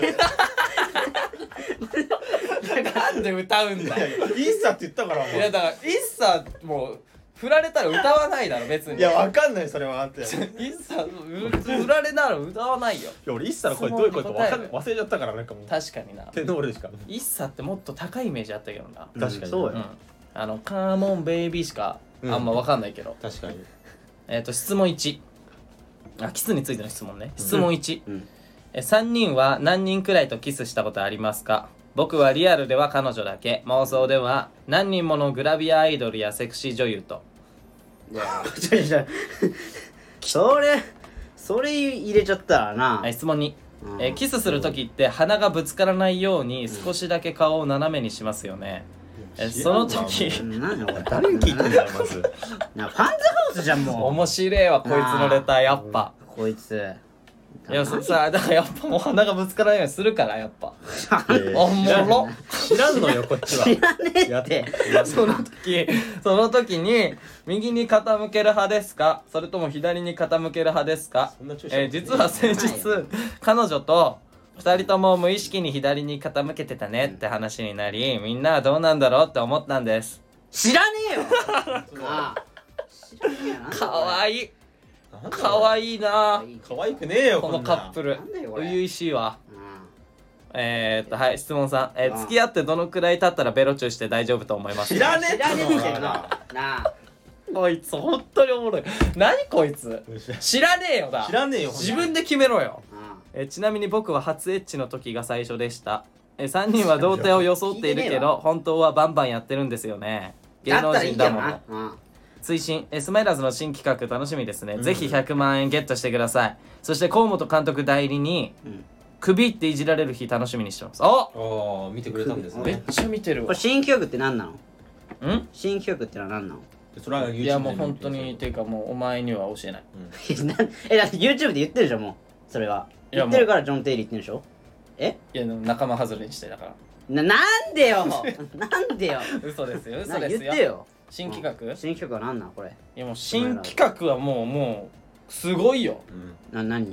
なんで歌うんだよいいさって言ったからもういやだからイッサもう振られたら歌わないだろ別にいや分かんないそれはあってイッサ振られなら歌わないよいや俺一茶の声どういう声か忘れちゃったからなんかもう確かになテノールしかイッサってもっと高いイメージあったけどな確かにそうようんカーモンベイビーしかあんま分かんないけど、 確かに質問1キスについての質問ね質問1、 うん 3人は何人くらいとキスしたことありますか僕はリアルでは彼女だけ妄想では何人ものグラビアアイドルやセクシー女優といやそれ入れちゃったらな質問2、 うんキスする時って鼻がぶつからないように少しだけ顔を斜めにしますよね、その時何これ誰に聞いてんだよまずなファンズハウスじゃんもう面白えわこいつのレターやっぱこいついやさだからやっぱもう鼻がぶつからないようにするからやっぱおもろ知らんのよこっちは知らねえやってその時に右に傾ける派ですかそれとも左に傾ける派ですかそんな注射実は先日彼女と2人とも無意識に左に傾けてたねって話になりみんなはどうなんだろうって思ったんです知らねえよなあ知らねえよなかわいいなんだかわいいな可愛くねえよこのカップルなんだよこれ初々しいわうはい質問3、付き合ってどのくらい経ったらベロチューして大丈夫と思います知らねえん知らねえけどななあこいつ本当におもろい何こいつ知らねえよな知らねえよ自分で決めろようちなみに僕は初エッチの時が最初でした3人は童貞を装っているけど本当はバンバンやってるんですよね芸能だったらいいけど人だものなうん推進スマイラーズの新企画楽しみですね、ぜひ100万円ゲットしてくださいそして河本監督代理に、 うん首っていじられる日楽しみにしてますああ見てくれたんですねめっちゃ見てるわこれ新企画って何なのん新企画ってのは何なのそれは YouTube いやもう本当にっていうかもうお前には教えないだって YouTube で言ってるでしょもうそれはいや言ってるからジョン・テイリー言ってるでしょえいやでも仲間外れにしてだからなんでよなんでよ嘘ですよ嘘なですよ言ってよ新企画、い新企画は何なのこれやもう新企画はもうすごいよ何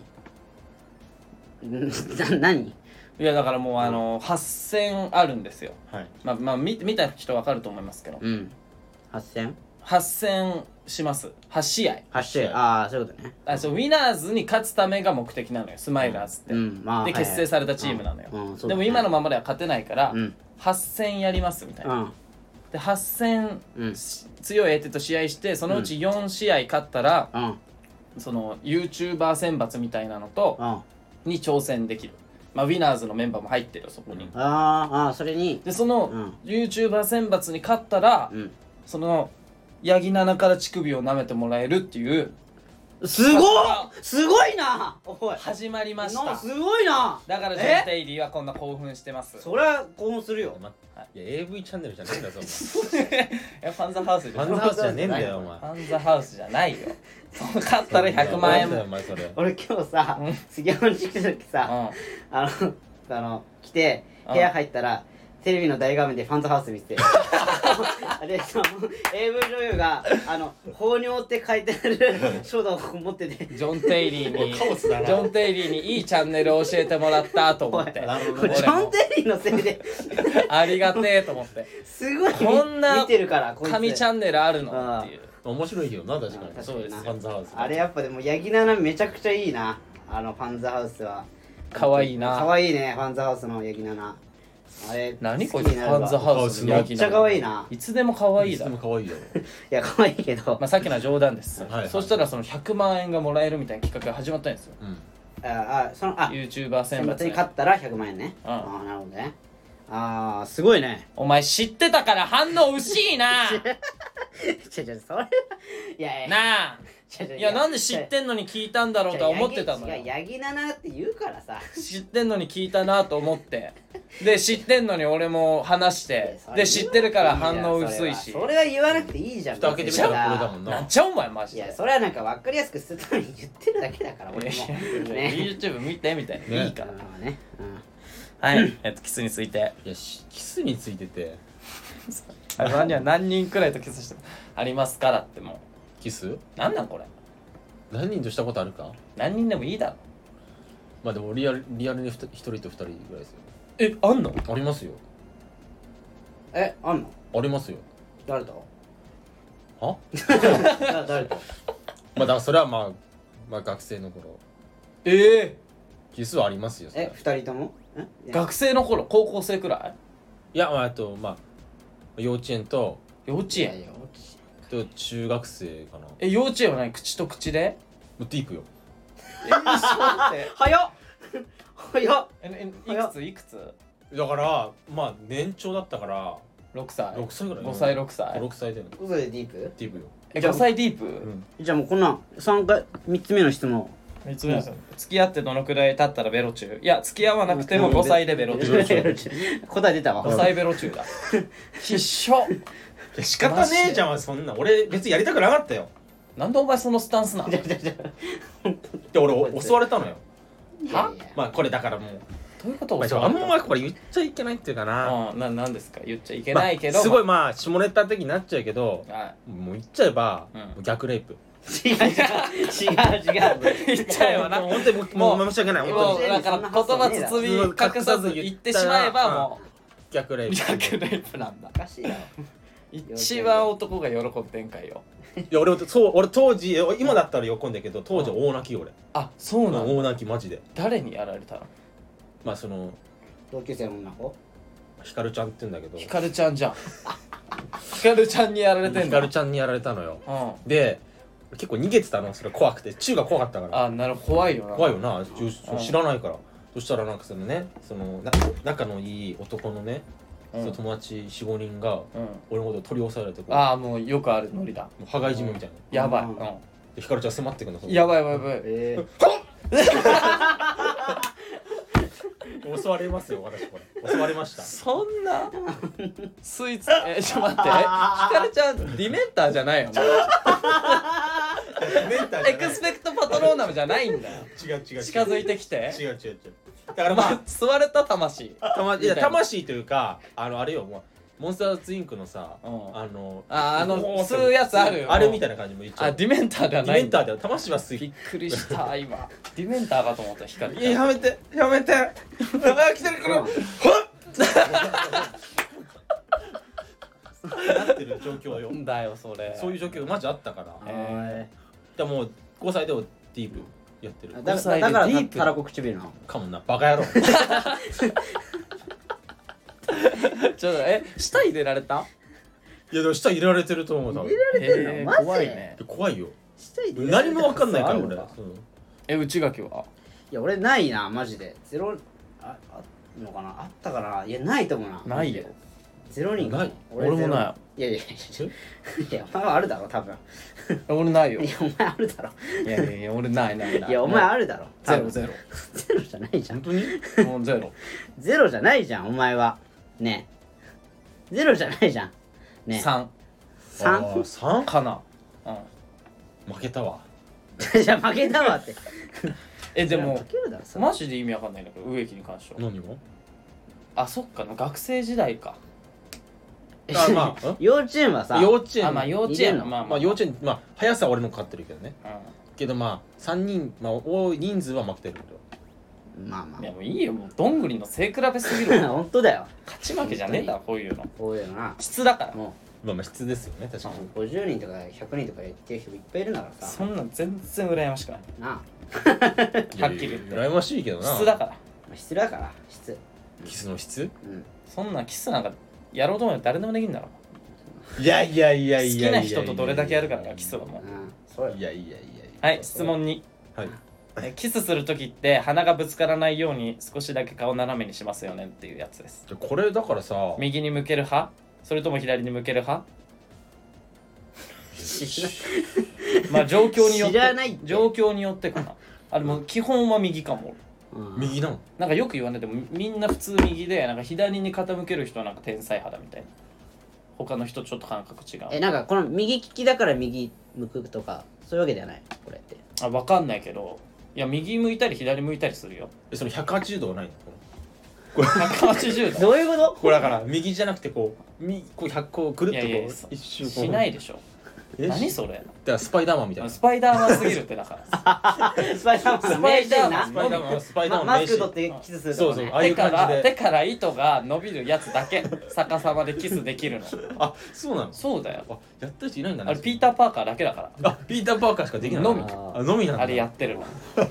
何いやだからもう8000あるんですよはいまあ見た人わかると思いますけどうん8000 8000します8試合 8試合ああそういうことねそうウィナーズに勝つためが目的なのよスマイラーズって、 まあで結成されたチームなのよ、 そうだねでも今のままでは勝てないから、 うん 8000やりますみたいな、 うんで8000、 うん強い相手と試合してそのうち4試合勝ったら、 うんその YouTuber 選抜みたいなのとに挑戦できる、まあ、ウィナーズのメンバーも入ってるよそこに、 それにでその、 うん YouTuber 選抜に勝ったら、 うんそのヤギナナから乳首を舐めてもらえるっていうすごいすごいなおい始まりましたすごいなだからジョン・テイリーはこんな興奮してますそりゃ興奮するよいや AV チャンネルじゃねえんだぞおいやファンザハウスじゃない前ファンズハウスじゃねえんだよお前ファンザハウスじゃないよ勝ったら100万円なんだよお前それ俺今日さ杉山に来た時さ来て部屋入ったらテレビの大画面でファンズハウス見ててでその AV 女優が放尿って書いてある書道を持っててジョン・テイリーにカオスだなジョン・テイリーにいいチャンネルを教えてもらったと思ってジなるほど俺もョン・テイリーのせいでありがてえと思ってすごいこんな見てるからこいつ神チャンネルあるのっていう面白いけどな確かにそうですよファンズハウスあれやっぱでもヤギナナめちゃくちゃいいなファンズハウスはかわいいなかわいいねファンズハウスのヤギナナあれ何こいつ好きになるわパンザハウスのめっちゃ可愛いないつでも可愛いだろ。 いつでも可愛いだろいや可愛いけどまあさっきのは冗談です、 はいはいそしたらその100万円がもらえるみたいな企画が始まったんですよ。 その YouTuber 選選抜に抜で勝ったら100万円ねうんああなるほどねすごいねお前知ってたから反応薄いなそれいやいやなあいやなんで知ってんのに聞いたんだろうとは思ってたのよ。 違うヤギナナって言うからさ知ってんのに聞いたなと思ってで知ってんのに俺も話してで知ってるから反応薄いしそれは言わなくていいじゃん蓋開けてみたらこれだもんななんちゃお前マジでいやそれはなんか分かりやすくするために言ってるだけだから俺もね YouTube 見てみたいな、 ねいいからねはいキスについていやキスについててあれには何人くらいとキスしてありますからってもキスうなんなんこれ何人としたことあるか何人でもいいだろ。 まあでもリアルに1人と2人ぐらいですよえあんのありますよあんのありますよ誰とは誰とまあだからそれはまあ学生の頃キスはありますよそれ 2人とも学生の頃高校生くらいいやまあ幼稚園と幼稚園中学生かな幼稚園は何口と口でもうディープよちょっと待って早っ早っいくつだからまあ年長だったから 6歳 6歳ぐらい 5歳6歳 6歳で嘘でディープディープよ 5歳ディープ、 じゃあもうこんなん3つ目の質問 3つ目ですよ付き合ってどのくらい経ったらベロ中いや付き合わなくても5歳でベロ中答え出たわ 5歳ベロ中だ必勝仕方ねえじゃんそんな俺別にやりたくなかったよなんでお前そのスタンスなので俺襲われたのよはまあこれだからもうどういうことまああんまこれ言っちゃいけないっていうかななんですか言っちゃいけないけど、 すごいまあ下ネタ的になっちゃうけどはもう言っちゃえばうんもう逆レイプ違う言っちゃえばなもう本当にもう申し訳ないも本当にうだから言葉包み隠さず言ってしまえばもう逆レイプ逆レイプなんだおかしいだろ一番男が喜ぶ展開よいや俺当時今だったら喜んだけど当時は大泣き俺あそうなんだ大泣きマジで誰にやられたのまあその同級生の女の子ひかるちゃんって言うんだけどひかるちゃんじゃんひかるちゃんにやられてんひだかるちゃんにやられたのようんで結構逃げてたのそれ怖くて中が怖かったからあなるほど怖いよな怖いよな知らないからそしたらなんかそのね仲のいい男のねその友達 4,5 人が俺のことを取り押さえられてこうああもうよくあるノリだもう羽交い締めみたいなやばい、 うんうでひかるちゃん迫ってくるのん、やばいやばいやばい襲われますよ私これ襲われましたそんなスイーツちょっと待ってひかるちゃんディメンターじゃないよもうエクスペクトパトローナムじゃないんだよ違う近づいてきて違うだからまあ吸われた魂いや魂というかあれよもうモンスターズインクのさ吸うやつあるよあれみたいな感じも言っちゃうディメンターではディないんだメンターでは魂は吸いびっくりした今ディメンターかと思ったひかるいややめてあ来てるからなってる状況よなんだよそれそういう状況マジあったからでもう5歳でもディープやってるだからたらこ唇なのかもなバカ野郎ちょっと舌入れられたいやでも舌入れられてると思う多分マジで怖いね怖いよ下入れ何も分かんないから俺内垣はいや俺ないなマジでゼロあのかなあったかないやないと思うなないよゼロ人ない俺もないいやお前はあるだろ多分俺ないよいやお前あるだろいや俺ないいやお前あるだろゼロゼロゼロじゃないじゃん本当にもうゼロゼロじゃないじゃんお前はねえゼロじゃないじゃんねえ 3 3 かな負けたわじゃあ負けたわってでも負けるだろそれマジで意味わかんないんだけど植木に関しては何をあそっか学生時代かまあ幼稚園はさ幼稚園まあ幼稚園入れんのまあ幼稚園速さは俺の勝ってるけどねうけどまあ3人多い人数は負けてるけどまあまんいやもういいよもうどんぐりの背比べすぎるあ本当だよ勝ち負けじゃねえだろこういうのこういうのな質だからもまあ質ですよね確かにう50人とか100人とか言ってる人いっぱいいるんだからさそんなん全然羨ましくないなあはっきり言って羨ましいけどな質だから質だから質キスの質うんそんなキスなんかやろうと思えば誰でもできるんだろ。 いやいやいや好いやきな人とどれだけやるからかキスはもう。 そうよいやいやいやはい、質問2。 はいキスするときって鼻がぶつからないように少しだけ顔斜めにしますよねっていうやつです。 じゃこれだからさ右に向ける派それとも左に向ける派まあ状況によって知らないって状況によってかな。あれも基本は右かも。 右なのなんかよく言われてもみんな普通右でなんか左に傾ける人はなんか天才肌みたいな。他の人ちょっと感覚違う。 なんかこの右利きだから右向くとかそういうわけではないこれってあ、わかんないけど、いや右向いたり左向いたりするよ。 その180度がないの 180度。 どういうことこれだから右じゃなくてこうこう100こうくるっとこういやいや一周こうしないでしょ。何それ。 だからスパイダーマンみたいなスパイダーマンすぎるってだから。 スパイダーマンスパイダーマン名スパイダーマンスパイダーマンマスク取ってキスするとかねそうそうああいう感じで手から糸が伸びるやつだけ逆さまでキスできるの。 あそうなのそうだよ。 あやった人いないんだねあれピーター・パーカーだけだかあピーター・パーカーしかできないのみあのみなんだらあれやってるの。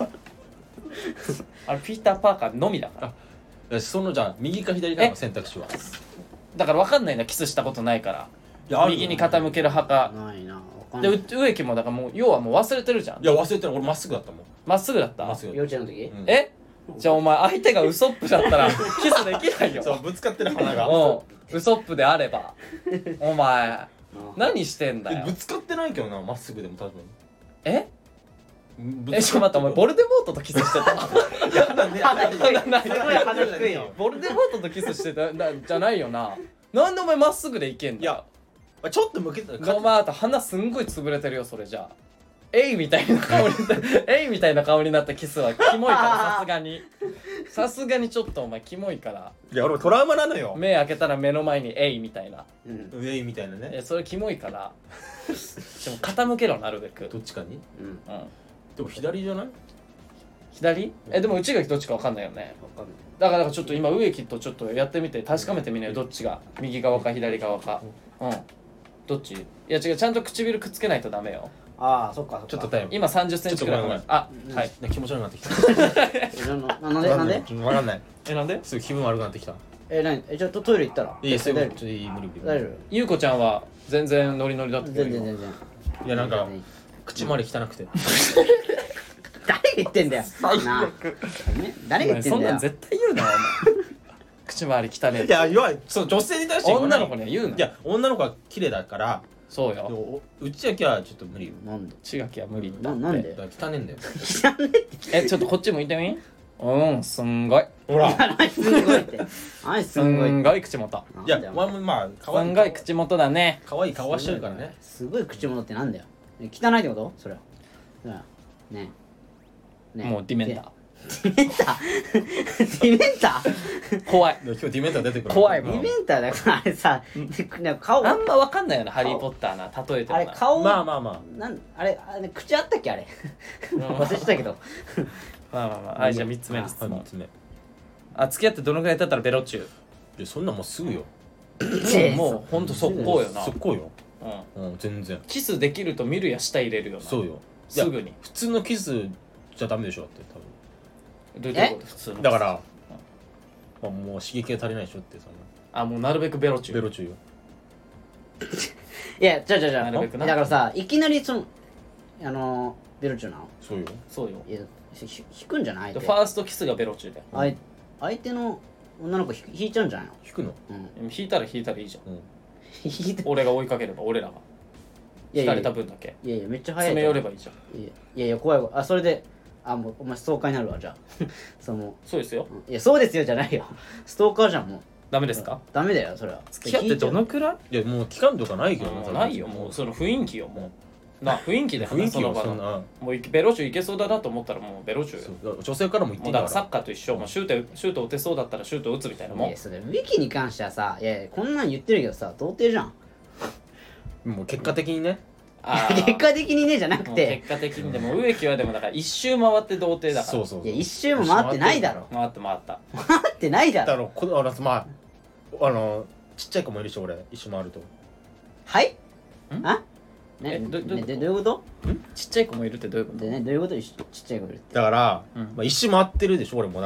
あれピーター・パーカーのみだから。 そのじゃあ右か左かの選択肢はだから分かんないな、キスしたことないから。 いやあるよ右に傾ける派か。 ないなわかんでない植木もだからもう要はもう忘れてるじゃん。 いや忘れてない俺まっすぐだったもんまっすぐだったまっすぐ幼稚園の時うんえじゃあお前相手がウソップだったらキスできないよ。 そうぶつかってる鼻がうんウソップであればお前何してんだよぶ。つかってないけどなまっすぐでも多分えぶちょっと待って、お前ボルデモートとキスしてたすごい鼻低いよボルデモートとキスしてたじゃないよな。なんでお前まっすぐでいけんだよ。 いやちょっと向けてお前あと鼻すんごい潰れてるよそれじゃあ。エイみたいな顔にエイみたいな顔になったキスはキモいからさすがに。さすがにちょっとお前キモいから。 いや俺トラウマなのよ目開けたら目の前にエイみたいな。 上みたいなねそれキモいから。でも傾けろなるべく。 どっちかにうんでも左じゃない左でも内垣どっちか分かんないよね。だからちょっと今植木とちょっとやってみて確かめてみなよ。どっちが右側か左側か。どっち。いや違う、ちゃんと唇くっつけないとダメよ。 ああそっかそっかちょっとだよ今30センチぐらいちょっとごめんごめんあはい。 気持ち悪くなってきたなんでなんで分かんないなんですぐ気分悪くなってきた何ちょっとトイレ行ったらいいすぐ大丈ちょっといい無理無理大丈ゆうこちゃんは全然ノリノリだった夫けど全然全然いやなんか口周り汚くて誰が言ってんだよなあ誰が言ってんだよそんなん絶対言うなお前。口周り汚ねえいや弱いそう女性に対して言わない女の子には言うないや女の子は綺麗だからそうよ。 でも内垣はちょっと無理よなんで千垣は無理だって。 なんでだから汚ねえんだよちょっとこっち向いてみ。すんごいほら何すんごいって何すすんごいってんごい口元。 いやまあ可愛いすんごい口元だね。 可愛い顔はしてるからねすごい口元ってなんだよ汚いってことそれはねねもうディメンターディメンターディメンター怖い。 今日ディメンター出てくる怖いもんディメンターだからあれさなんか顔あんま分かんないよなハリー・ポッターな例えてもな。 あれ顔まあまあまあれ口あったっけあれ忘れてたけどまあまあまあはいじゃあ3つ目の質あ3 問。 つ目い付き合ってどのくらい経ったらベロチュやそんなんもうすぐよもうほんと速攻よな。 速攻ようん全然キスできると見るや舌入れるよな。 そうよすぐに。 普通のキスじゃダメでしょだってどういうこと普通の多分だからまあもう刺激が足りないでしょってそのもうなるべくベロチュベロチューよいやじゃなるべくなだからさいきなりベロチュなのそうよそうよ。 いや引くんじゃないファーストキスがベロチュだよ。 相手の女の子引いちゃうんじゃないの引くの引いたら引いたらいいじゃん。 引いて俺が追いかければ俺らが引かれた分だけいやいやめっちゃ早い詰め寄ればいいじゃん。 いやいや怖い怖いそれでもうお前ストーカーになるわじゃあそうですよ。 いやそうですよじゃないよストーカーじゃんもうダメですか。 ダメだよそれは付き合ってどのくらい。 いやもう期間とかないけどもうないよもうその雰囲気よもう雰囲気で雰囲気よその場のそんなもうベロチュいけそうだなと思ったらもうベロチュよ。 そう女性からも言ってんだからもうだからサッカーと一緒もうシュート打てそうだったらシュート打つみたいなもんいや。それウィキに関してはさいやこんなん言ってるけどさ童貞じゃんもう結果的にね結果的にねじゃなくもうて結果的にでも植木はでもだから一周回って童貞だから。 そうそういや一周も回ってないだろ回った回ってないだろまあちっちゃい子もいるし俺一緒回るとはいんあえねどういうことどういうことちっちゃい子もいるってどういうこと。 でねどういうことちっちゃい子いるってだからうんまあ一周回ってるでしょ俺もだから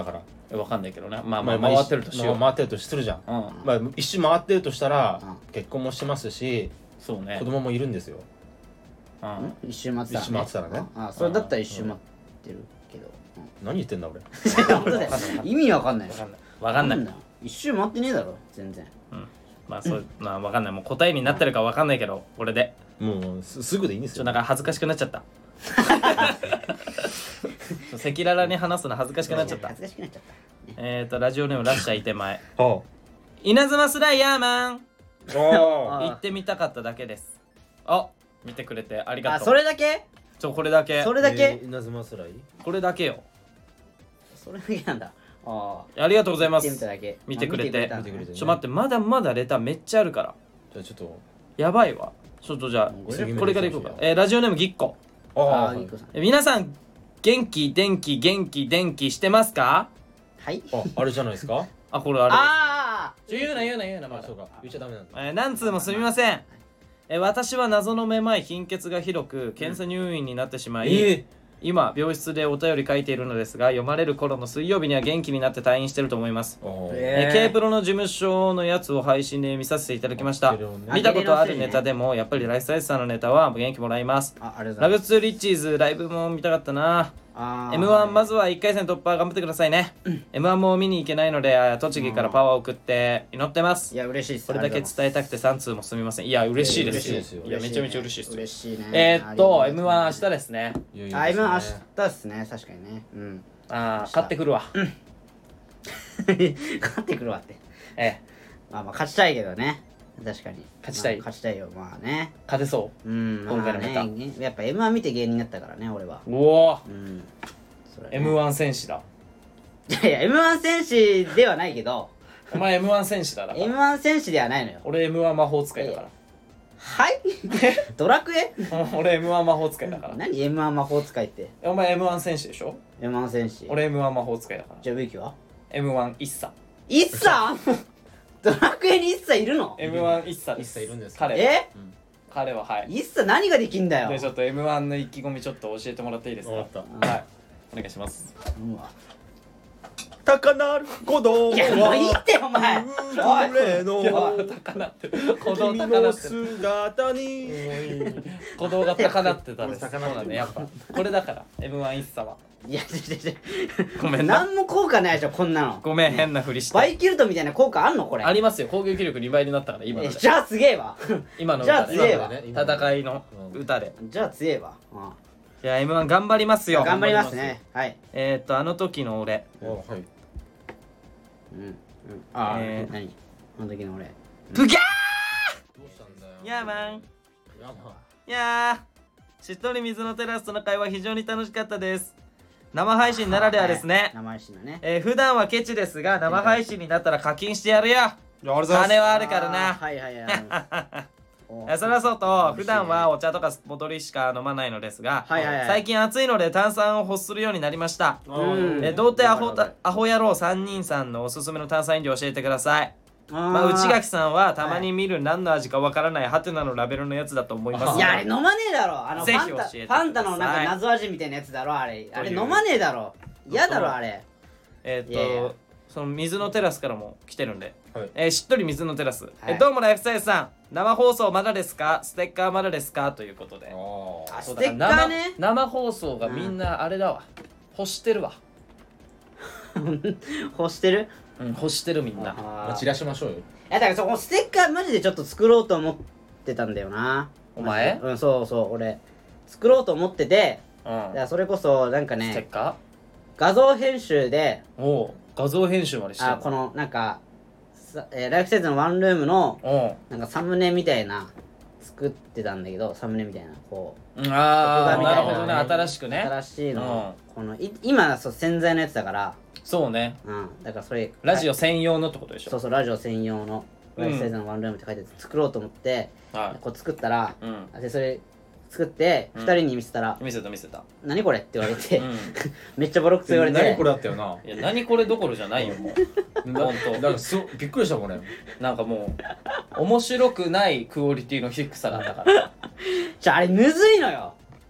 わかんないけどね。まあ回ってるとしよう。 回ってるとするじゃん。まあ一周回ってるとしたら結婚もしてますし、 そうね。 子供もいるんですよ。 一周回ってたらね。 一周回ってたらね。 それだったら一周回ってるけど。 何言ってんだ俺。 本当だよ。意味わかんない。 わかんない。 一周回ってねえだろ全然。 まあそう、まあわかんない。もう答えになってるかわかんないけど、これで。 もうすぐでいいんですよ。 なんか恥ずかしくなっちゃった。赤裸々に話すの恥ずかしくなっちゃった。 恥ずかしくなっちゃった。 ラジオネームラッシャーいてまえ。稲妻スライヤーマン。行ってみたかっただけです。あ、見てくれてありがとう。 それだけ？ これだけ。 それだけ？ 稲妻スライ？ これだけよ。 それだけなんだ。 ありがとうございます。見てくれて。ちょ待って、まだまだレターめっちゃあるから。 じゃあちょっとやばいわ。ちょっとじゃあこれからいこうか。ラジオネームぎっこ。皆さん元気電気してますか？ はい。 あれじゃないですか？ これあれ。言うなまだ。そうか。言っちゃダメなんだ。何通もすみません。私は謎のめまい貧血がひどく検査入院になってしまい、今病室でお便り書いているのですが、読まれる頃の水曜日には元気になって退院してると思います。K プロの事務所のやつを配信で見させていただきました。見たことあるネタでもやっぱりライスサイズさんのネタは元気もらいます。ラブ2リッチーズライブも見たかったな。M1 まずは1回戦突破頑張ってくださいね。M1 も見に行けないので栃木からパワーを送って祈ってます。 いや嬉しいです。 これだけ伝えたくて3通もすみません。いや嬉しいですよ。いやめちゃめちゃ嬉しいです。 嬉しいね。 M1 明日ですね。 M1 明日ですね。確かにね。 勝ってくるわ。 勝ってくるわって。まあ勝ちたいけどね。確かに勝ちたいよ。まあね、 勝てそう。 今回のネタやっぱ M1 見て芸人になったからね俺は。 うお、M1 戦士だ。 いや M1 戦士ではないけど、 お前 M1 戦士だ。 M1 戦士ではないのよ。 俺 M1 魔法使いだから。 はいドラクエ俺 M1 魔法使いだから。 何 M1 魔法使いって。 お前 M1 戦士でしょ。 M1 戦士。 俺 M1 魔法使いだから。 じゃあウィキは M1 一茶。 一茶ドラクエに一茶いるの？ M1 一茶です。 一茶いるんです彼ははい。 一茶何ができんだよ。 でちょっと M1 の意気込みちょっと教えてもらっていいですか？はい、お願いします。 高鳴る鼓動いやもういいってお前。 俺の高鳴ってる。鼓動君高鳴のってる。 姿に鼓動が高鳴ってたんです。そうだね、やっぱこれだから M1 一茶は。 いやごめんな。 何も効果ないでしょこんなの。 ごめん変なふりして。 バイキルトみたいな効果あんのこれ？ ありますよ。攻撃力2倍になったから今ので。 じゃあすげえわ。 今のじゃあ強えわ。 戦いの歌で。 じゃあ強えわ。 いや M1 頑張りますよ。 頑張りますね。はい。 あの時の俺。 はい。 何？あの時の俺。 ブギャー！ どうしたんだよ。 やーマン。いやー、しっとり水のテラスとの会話非常に楽しかったです。生配信ならではですね。 生配信だね。 普段はケチですが生配信になったら課金してやるよ。金はあるからな。 はいはいはい。 それはそうと普段はお茶とかボトルしか飲まないのですが、最近暑いので炭酸を欲するようになりました。童貞アホ野郎3人さんのおすすめの炭酸飲料教えてください。内垣さんはたまに見る何の味かわからないハテナのラベルのやつだと思います。 いやあれ飲まねえだろ。 ぜひ教えてください。 ファンタのなんか謎味みたいなやつだろあれ。あれ飲まねえだろ。嫌だろあれ。 その水のテラスからも来てるんで、しっとり水のテラス、どうもライフサイズさん、生放送まだですか？ステッカーまだですか？ということで。 ステッカーね。 生放送がみんなあれだわ、欲してるわ。 欲してる？ 欲してるみんな。 散らしましょうよ。 いやだからそこステッカーマジでちょっと作ろうと思ってたんだよな。 お前？ そうそう俺作ろうと思ってて、だからそれこそなんかね、 ステッカー？ 画像編集で。 画像編集までしてる。 このなんかライフサイズのワンルームのなんかサムネみたいな作ってたんだけど、サムネみたいなこうなるほどね。新しくね、 新しいの、この今洗剤のやつだから。 そうね。 だからそれラジオ専用のってことでしょ。 そうラジオ専用のライフサイズのワンルームって書いて作ろうと思ってこう作ったら、でそれ作って2人に見せたら、 見せた何これって言われて、めっちゃボロクソ言われて、 何これだったよな。 いや何これどころじゃないよもう。本当だからびっくりしたもんね。 なんかもう面白くないクオリティの低さなんだから。 あれむずいのよ。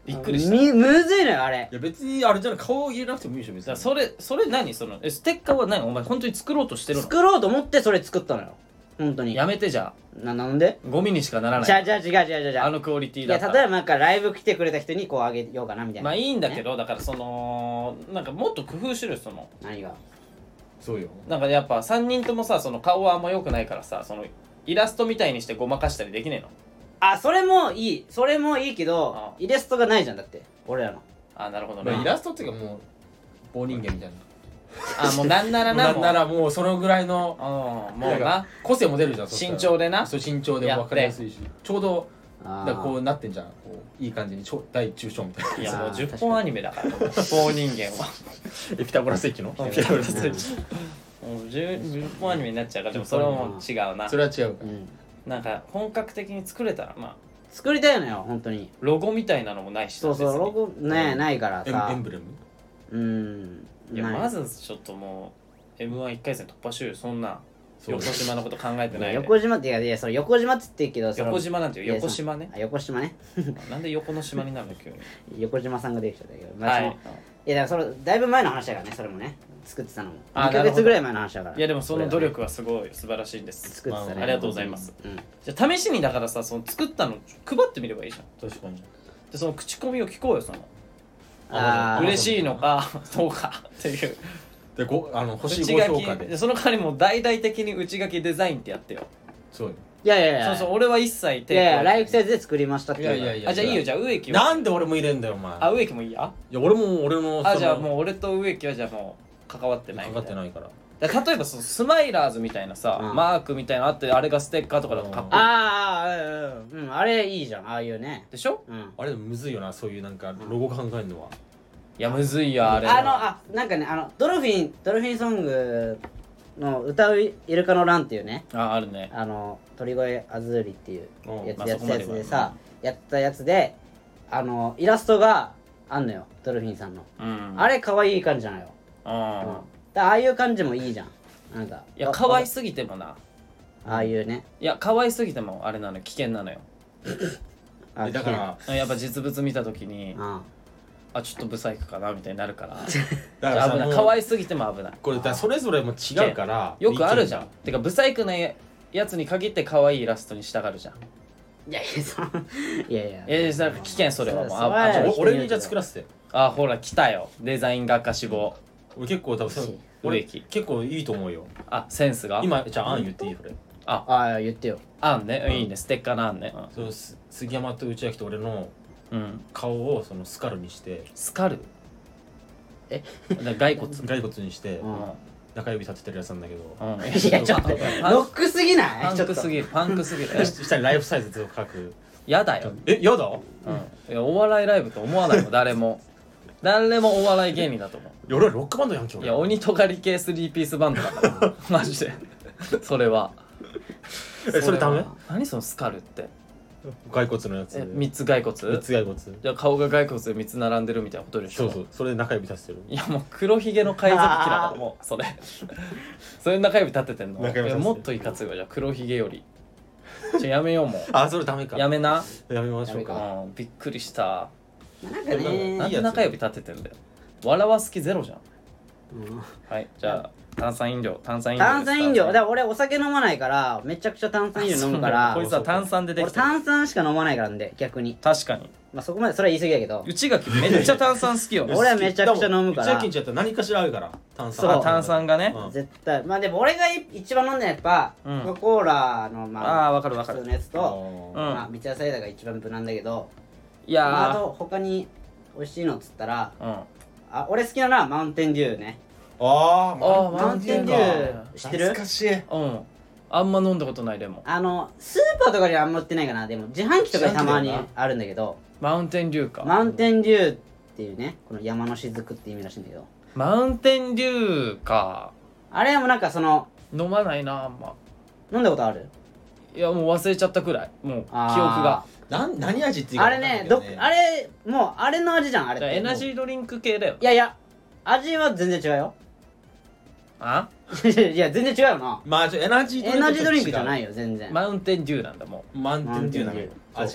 びっくりした。 むずいのよあれ。 いや別にあれじゃない、顔を入れなくてもいいでしょ別だに。 からそれ何そのステッカーは何お前本当に作ろうとしてるの？ 作ろうと思ってそれ作ったのよ本当に。 やめてじゃなんであゴミにしかならない。 じゃあ違うあのクオリティいやだったら。 例えばなんかライブ来てくれた人にこうあげようかなみたいな。 まあいいんだけど、だからそのなんかもっと工夫しろよ。その何がそうよ。 なんかやっぱ3人ともさ、その顔はあんま良くないからさ、そのイラストみたいにしてごまかしたりできねえの？ あ、それもいいけどあイラストがないじゃんだって俺らの。 あ、なるほどまあイね。 ラストっていうかもう棒人間みたいな。 あ、もうなんならな。 なんならもうそのぐらいのもうな個性も出るじゃん。そしたら身長でな。 そう身長でも分かりやすいし、ちょうどあだからこうなってんじゃん。こういい感じに大中小みたいな。 いやもうあー 10本アニメだから棒人間はピタゴラスイッチの。 ピタゴラスイッチもう10本アニメになっちゃうから。でもそれはもう違うな。 それは違うかーうんなんか本格的に作れたらまあ作りたいのよ本当に。 ロゴみたいなのもないしそうそうロゴねないからら。 さエンブレム。 いやないまずちょっともう M11 回戦突破しようよ。そんなそう横島のこと考えてないで。 横島っていやそれ横島っつって言うけどその横島なんていういや横島ね。 あ横島ねなんで横の島になるの急に。 横島さんができちゃったけど、まあはいそのいやだからそれだいぶ前の話だからねそれもね作ってたのも2ヶあなるほど月ぐらい前の話だから。 いやでもその努力はすごい素晴らしいんです。 作ってたね。 ありがとうございます。 うんじゃあ試しにだからさ、その作ったの配ってみればいいじゃん。 確かに。 でその口コミを聞こうよ。そのあー嬉しいのかどうかっていうで星内 5 書き評価で。 でその代わりもう大々的に内書きデザインってやってよ。 そうよ。 いやいやいやそうそう俺は一切いやいやライフサイズ。 ズで作りましたっていういやいやいやあじゃあいいよ。じゃあ植木はなんで俺も入れんだよお前。 あ植木もいいや。 いや俺も俺のあじゃあもう俺と植木はじゃあもう関わってないかみたいな。 かってないから。 だから例えばそのスマイラーズみたいなさ、 うんマークみたいなのあってあれがステッカーとかだとかっこいいあれいいじゃんああいうねでしょ。 うんあれむずいよなそういうなんかロゴ考えるのは。 いやむずいよあれ。 なんかねドルフィンソングの歌うイルカのランっていうねあるね。 鳥越あずーりっていうやつまあやったやつそこまではでさやったやつでイラストがあんのよドルフィンさんのうんあれ可愛い感じなのよああいう感じもいいじゃんなんかいや可愛すぎてもな。 ああいうねいや可愛すぎてもあれなのよ危険なのよ。 だからやっぱ実物見た時にあちょっとブサイクかなみたいになるからだから危ない。可愛すぎても危ない。 これだからそれぞれも違うからよくあるじゃん。てかブサイクなやつに限って可愛いイラストにしたがるじゃん。 いやいやいやいやいやだから危険それはもう。 それは俺にじゃあ作らせて。 ほら来たよデザイン学科志望俺結構多分植木。 結構いいと思うよ。 センスが今じゃあ案言っていいそれ。 あ言ってよあんね、いいねステッカーのあんね。 そう杉山と内垣と俺のうん顔をそのスカルにしてスカルだから骸骨。 骸骨にしてうん中指立ててるやつなんだけどいやちょっとロックすぎないパンちょっとクすぎるパンクすぎる下にライフサイズを書く。 やだよ。 やだ。 いやお笑いライブと思わないもん誰もお笑い芸人だと思う。 いや俺はロックバンドやんけ俺。 いや鬼とがり系3ピースバンドだからマジでそれはそれダメ？ 何そのスカルって骸骨のやつ。 3つ骸骨三つ骸骨。 じゃあ顔が骸骨で3つ並んでるみたいなことでしょ。 そうそうそれで中指立ててる。 いやもう黒ひげの海賊機だからもうそれそれ中指立ててんの。 中指立ててるいやもっといかついわ。じゃあ黒ひげよりやめようもうそれダメか。 やめな。 やめましょうやか。 びっくりした。 なんかねなんで中指立ててんだよ。笑わす気ゼロじゃん。 うんはいじゃあ炭酸飲料炭酸飲料だから俺お酒飲まないからめちゃくちゃ炭酸飲料飲むからこいつは炭酸でで俺きてる。 炭酸しか飲まないからんで逆に確かにまあそこまでそれは言い過ぎだけど内垣めっちゃ炭酸好きよ俺はめちゃくちゃ飲むから内垣んちやったら何かしらあるから炭酸。 そう炭酸がね。 うん絶対まあでも俺が一番飲んでるやっぱうんコカ・コーラのまあわかるわかる普通のやつとうんまあ三ツ矢サイダーが一番無難だけどいやまああーと他に美味しいのっつったらうん俺好きなのはマウンテンデューねあマウンテンデュー知ってる懐かしい。 うんあんま飲んだことないでもスーパーとかにはあんま売ってないかなでも自販機とかにたまにあるんだけどマウンテンデューかマウンテンデューっていうねこの山の雫って意味らしいんだけどマウンテンデューかあれはもうなんか飲まないなあんま。 飲んだことあるいやもう忘れちゃったくらいもう記憶あが何味っていうかあれねあれもうあれの味じゃんあれってエナジードリンク系だよ。 いやいや味は全然違うよあいや全然違うよなまあエナジーエナジードリンクじゃないいよ全然マウンテンデューなんだもマウンテンっていうのマウンテンデュー味がう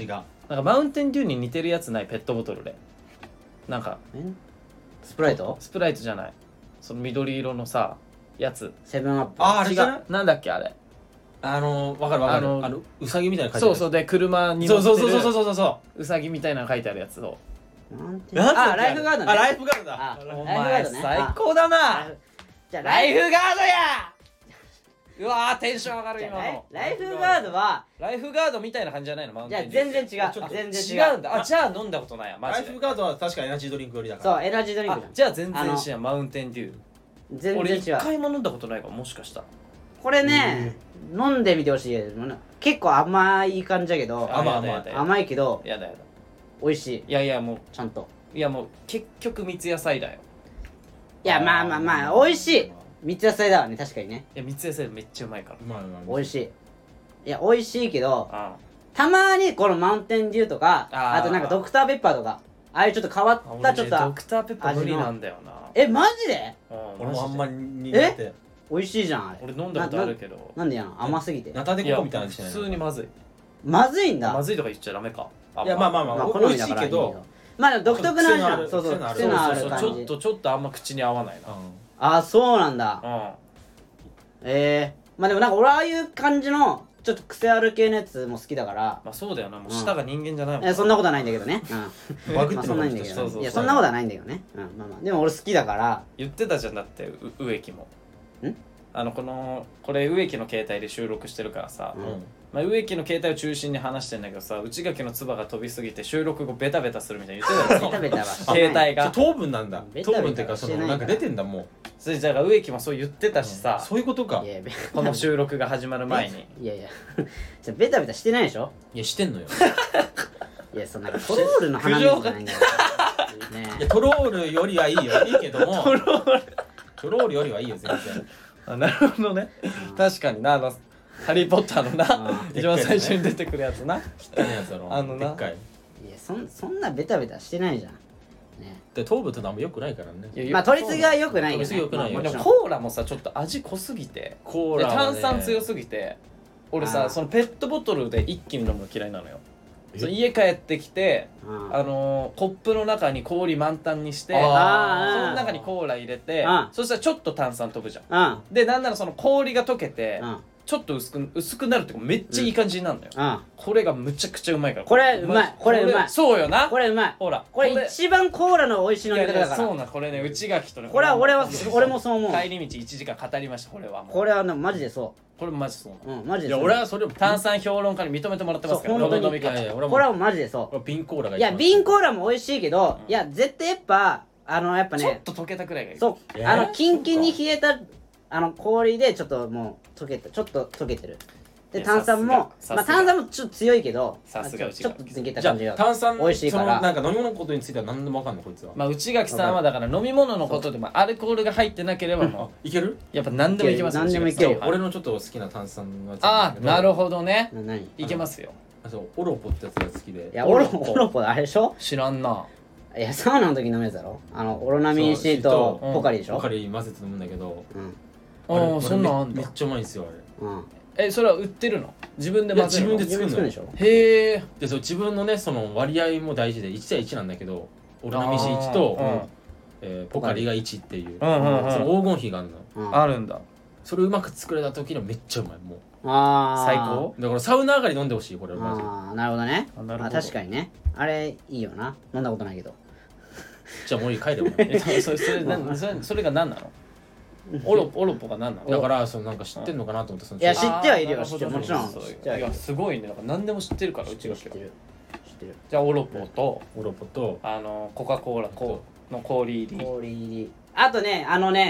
なんかマウンテンデューに似てるやつない？ペットボトルでなんかスプライトスプライトじゃない、その緑色のさやつ。 セブンアップ。 あれじゃない？ なんだっけあれ。 わかるわかる。うさぎみたいな書いてある。 そうそうで車にそう乗ってるそううさぎみたいなの書いてあるやつを。 あ、ライフガードね。 あ、ライフガードだ。 あおライフガ前ードね。 最高だな。 じゃあライフガードや。うわーテンション上がる今の。 ライフガードはライフガードみたいな感じじゃないの？マウンじゃあテンデュー全然違う。全然違う。 違うんだ。あ、じゃあ飲んだことないやマジでライフ。ガードは確かエナジードリンクよりだから。 そうエナジードリンクあ、じゃあ全然違う。マウンテンデュー俺一全然違う。 回も飲んだことないからもしかしたら。 これね飲んでみてほしい。結構甘い感じだけど甘いやだやだ甘いけどやだやだ。 美味しいいやいやもうちゃんと。 結局三ツ矢サイダーよ。 いやまあ美味しい。三ツ矢サイダーはね確かにねいや三ツ矢サイダーめっちゃうまいから。 うまいうまい。 美味しい。いや美味しいけどあたまにこのマウンテンデューとかあーあとなんかドクターペッパーとかああいうちょっと変わっ俺たちょっとドクターペッパー無理なんだよな。 マジで俺もあんまり苦手。 美味しいじゃんあれ。 俺飲んだことあるけどなんでやん甘すぎてナタデいやココみたいな味しない。 普通にまずい。 まずいんだ。 まずいとか言っちゃダメか。 いやまあまあ好美味しみだからいいいけど。 まあでも独特な味じゃん。そうそう癖のある癖のあそうる感じ。 ちょっとあんま口に合わないあそうなんだ。 な。 まあでもなんか俺ああいう感じのちょっと癖ある系のやつも好きだからまあそうだよな。もう舌が人間じゃないもん。 そんなことはないんだけどね。 バグってまあそんなないんだけどね。 そうそうそういやそんなことはないんだけどね。まあまあでも俺好きだから。 言ってたじゃんだって植木も。これ植木の携帯で収録してるからさ。まあ、植木の携帯を中心に話してんだけどさ、内垣の唾が飛びすぎて収録後ベタベタするみたいに言ってたよベタベタは携帯が糖分なんだ。 ベタベタ糖分っていうかそのなんか出てんだもう。 それだから植木もそう言ってたしさ、 そういうことか。 いやこの収録が始まる前にいやじゃベタベタしてないでしょ。 いやしてんのよ。 いやそんなトロールの花水じゃないんだよ。 いやトロールよりはいいよ。いいけども。トロールよりはいいよ全然。 あなるほどね。確かになハリー・ポッターのな一番最初に出てくるやつな。 汚いやつだろ。でっかい。 いやそんなベタベタしてないじゃん。 で糖分ってのはあんま良くないからね。 まあ取り次ぎは良くないよね。 取り次ぎ良くないよでもコーラもさちょっと味濃すぎてコーラはねで炭酸強すぎて俺あーさそのペットボトルで一気に飲むの嫌いなのよ。そう家帰ってきてコップの中に氷満タンにしてその中にコーラ入れてそしたらちょっと炭酸飛ぶじゃん。でなんならその氷が溶けてちょっと薄くなるっていうかめっちゃいい感じになるのよ。これがむちゃくちゃうまいから。 これうまい。これうまい。 そうよな。 これうまい。 ほらこれ一番コーラの美味しい飲み方だから。 そうなこれね内垣とね。 これは俺もそう思う。 帰り道1時間語りましたこれは。 これはねマジでそう。 これマジそうマジでそう。 いや俺はそれを炭酸評論家に認めてもらってますから。 そう本当に飲み方。 これはマジでそう。 瓶コーラがいや瓶コーラも美味しいけどいや絶対やっぱやっぱちょっねと溶けたくらいがいい。 そうキンキンに冷えた氷でちょっともうちょっと溶けてる。で炭酸もさすがまあ炭酸もちょっと強いけどさすがちょっと抜けたじゃ感じがあ炭酸美味しいからそのなんか飲み物のことについては何でもわかんないこいつは。 まあ内垣さんはだから飲み物のことでもアルコールが入ってなければもいける？ うやっぱ何でもいけますよ。 何でもいけるよ内垣さんは俺のちょっと好きな炭酸のやつああなるほほどね。 何いけますよ。 ど。オロポってやつが好きで。 いやオロポあれでしょ。 知らんな。 いやサウナの時飲むやつだろ。オロナミン C とポカリでしょ。 ポカリ混ぜて飲むんだけど。 ああそんなんあんだめっ。ちゃうまいんですよあれ。 それは売ってるの？自分で混ぜるの？ いや自分で作るでしょ。 へえ。 で自分のねその割合も大事で1対1なんだけどオロナミン C1 とポカリが1っていうその黄金比があるの。 あるんだ。 それうまく作れた時にはめっちゃうまいもう。 最高？ だからサウナ上がり飲んでほしいこれマジ。 なるほどね。 なるほど。 確かにね。あれいいよな。飲んだことないけど。 じゃあもういい帰れば。 それが何なの？オロポが何なの？ だからそのなんか知ってんのかなと思ってそのいや知ってはいるよ。 も知ってるもちろん。知ってはいるいやすごいね。だから何でも知ってるから内垣は。 知ってる。 じゃあオロポとオロポとコカ・コーラの氷入り。 氷入り。あとね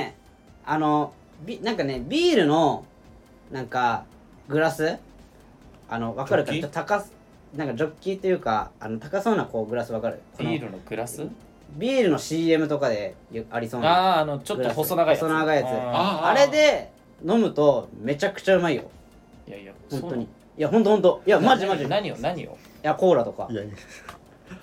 なんかねビールのなんかグラスわかるかなんかジョッキっていうか高そうなこうグラスわかる？ ビールのグラス？ ビールの CM とかでありそうなちょっと細長いやつ。 細長いやつ。あれで飲むとめちゃくちゃうまいよ。 いやいや本当に。いや本当いやマジ。 何を？ いやコーラとか。 いやいや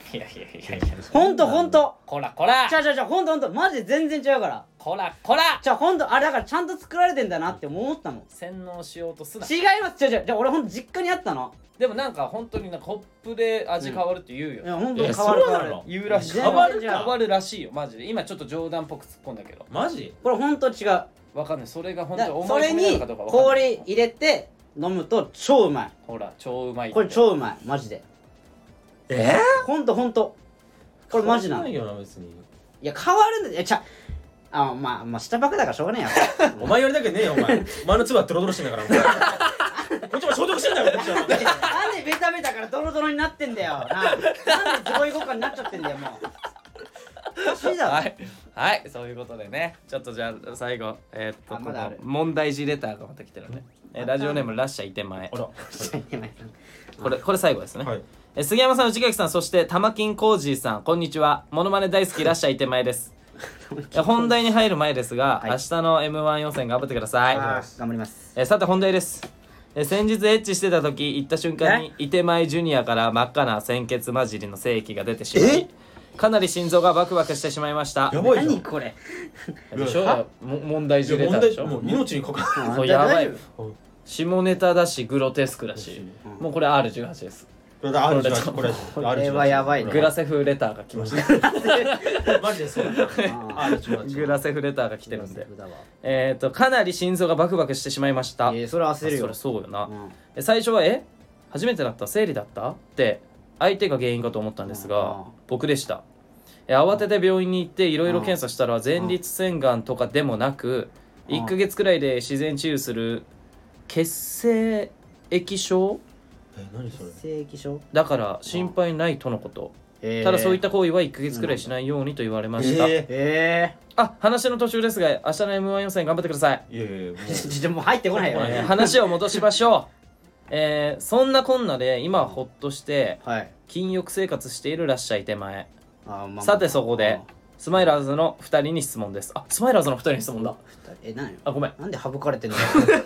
いやほんとこらこらほんとマジで全然違うからこらこらほんとあれだからちゃんと作られてんだなって思ったの。 洗脳しようとすな。 違いますじゃあ俺ほんと実家にあったの。 でもなんか本当になんかホップで味変わるって言うよ、 いやほんとえ変わるそうなの言うらしい。 全然違う変わるらしいよマジで。今ちょっと冗談っぽく突っ込んだけどマジこれほんと違う。 わかんない。それが本だ当思いそれに込みなのかどうかわかんない。 氷入れて飲むと超うまい。 ほら超うまいって。 これ超うまいマジで。ほんとこれマジなの。 ないいよな別にや変わるんだよ。まあ下ばくだからしょうがねえやお前よりだけねえよお前の唾ドロドロしてんだからこっちも消毒してんだよこっちはなんでベタベタからドロドロになってんだよな。なんでズボイゴカになっちゃってんだよもう。おかしいだろ。 はいそういうことでね、ちょっとじゃあ最後こまだあるの問題児レターがまた来てるね。ラジオネームラッシャーいてまえ。 あらこれ最後ですね。 はい杉山さん、内垣さん、そして玉金コージーさん、こんにちは。モノマネ大好きラッシャーいてまえです。本題に入る前ですが、 はい明日の M1 予選頑張ってください。 頑張ります。 さて本題です。先日エッチしてた時、行った瞬間にいてまえジュニアから真っ赤な鮮血混じりの精液が出てしまい、かなり心臓がバクバクしてしまいました。 やばいじゃん何これ。 でしょ問題児レターでしょ。 もう命にかかそうやばい大丈夫。 下ネタだしグロテスクだし、もうこれ R18 です。 るあるじゃんこれこれはやばいねグラセフレターが来ましたマジでそうだなあるじゃんグラセフレターが来てるんでだわかなり心臓がバクバクしてしまいました。 それは焦るよ。 そりゃそうよな、 うん最初は初めてだった生理だったって相手が原因かと思ったんですが、僕でした。慌てて病院に行っていろいろ検査したら前立腺がんとかでもなく、1ヶ月くらいで自然治癒する血清液症何それ性液症。 だから心配ないとのこと。ただそういった行為は1ヶ月くらいしないようにと言われました。話の途中ですが明日の M1 予選頑張ってください。 いやいやもでも入ってこないよ。 話を戻しましょう。そんなこんなで今はほっとしてはい。 禁欲生活しているらっしゃい手前。 まあさてそこでスマイラーズの2人に質問です。スマイラーズの2人に質問だ。 何ごめん。 なんで省かれてんの。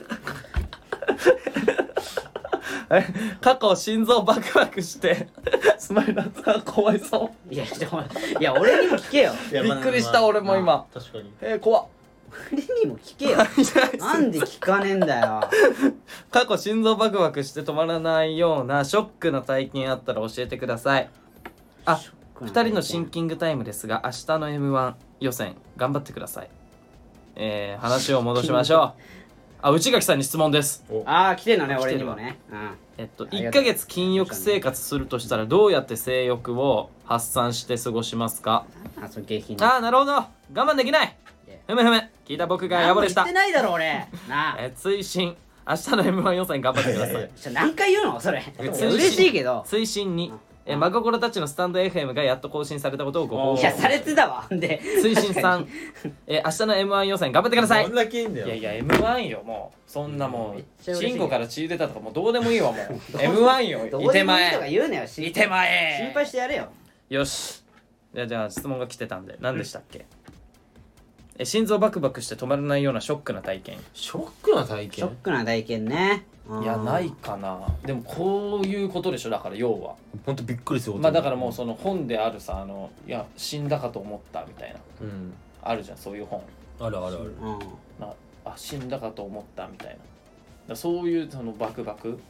過去心臓バクバクしてスマイラーズがかわいそう。 いや俺にも聞けよ。 うびっくりした俺も今。 確かに怖っ。 俺にも聞けよ。なんで聞かねえんだよ。 過去心臓バクバクして止まらないようなショックな体験あったら教えてください。2人のシンキングタイムですが明日の M1 予選頑張ってください。話を戻しましょう。内垣さんに質問です。 来てんのね来てる俺にもね。 1ヶ月禁欲生活するとしたらどうやって性欲を発散して過ごしますか？ その下品なるほど。我慢できない。ふむ聞いた僕が野暮でした言って。ないだろ俺なあ。 追伸明日の M1 予選頑張ってください。 何回言うのそれ。 追伸嬉しいけど。 追伸に真心たちのスタンド FM がやっと更新されたことをご報告。 いやされてたわ。で追伸さん明日の M1 予選頑張ってください。 どんだけいいんだよいや M1 よ。もうそんなもうちゃ嬉しいチンコから血出たとかもうどうでもいいわもう。M1 よ。 どいうてまでもいいとかえ言うなよ。 いてまえ心配してやれよ。 よし。じゃあ質問が来てたんで何でしたっけ？心臓バクバクして止まらないようなショックな体験。 ショックな体ショッ験クな体験ね。 いやないかな。でもこういうことでしょ。だから要はほんとびっくりするまあだからもうその本であるさいや死んだかと思ったみたいなうんあるじゃんそういう本。 あるあるある死んだかと思ったみたいな。だからそういうそのバクバク。い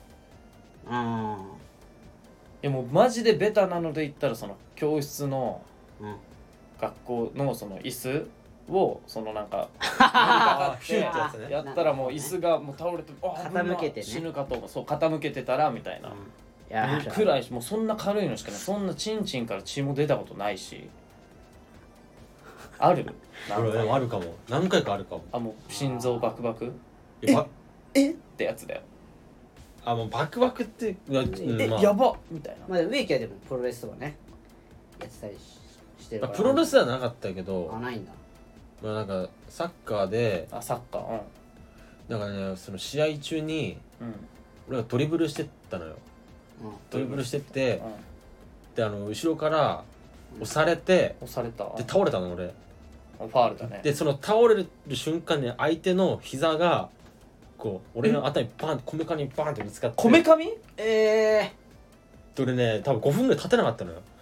やもうマジでベタなので言ったらその教室の学校のその椅子をそのなんかヒューってやつねやったらもう椅子がもう倒れて傾けてね死ぬかと思う。そう傾けてたらみたいな。 いやくらいもうそんな軽いのしかない。そんなチンチンから血も出たことないし。ある？ 俺でもあるかも何回かあるかももう心臓バクバクってやつだよ。 もうバクバクってやばっみたいな。 まあ植木はでもプロレスとかねやってたりしてるから。 プロレスはなかったけどないんだ。 なんかサッカーでサッカーだからねその試合中に俺がドリブルしてったのよ。ドリブルしてってで後ろから押されて押されたで倒れたの俺。 ファールだね。 でその倒れる瞬間に相手の膝がこう俺の頭にバーンこめかみにバーンってぶつかってこめかみ？ 俺ね多分5分ぐらい立てなかったのよ。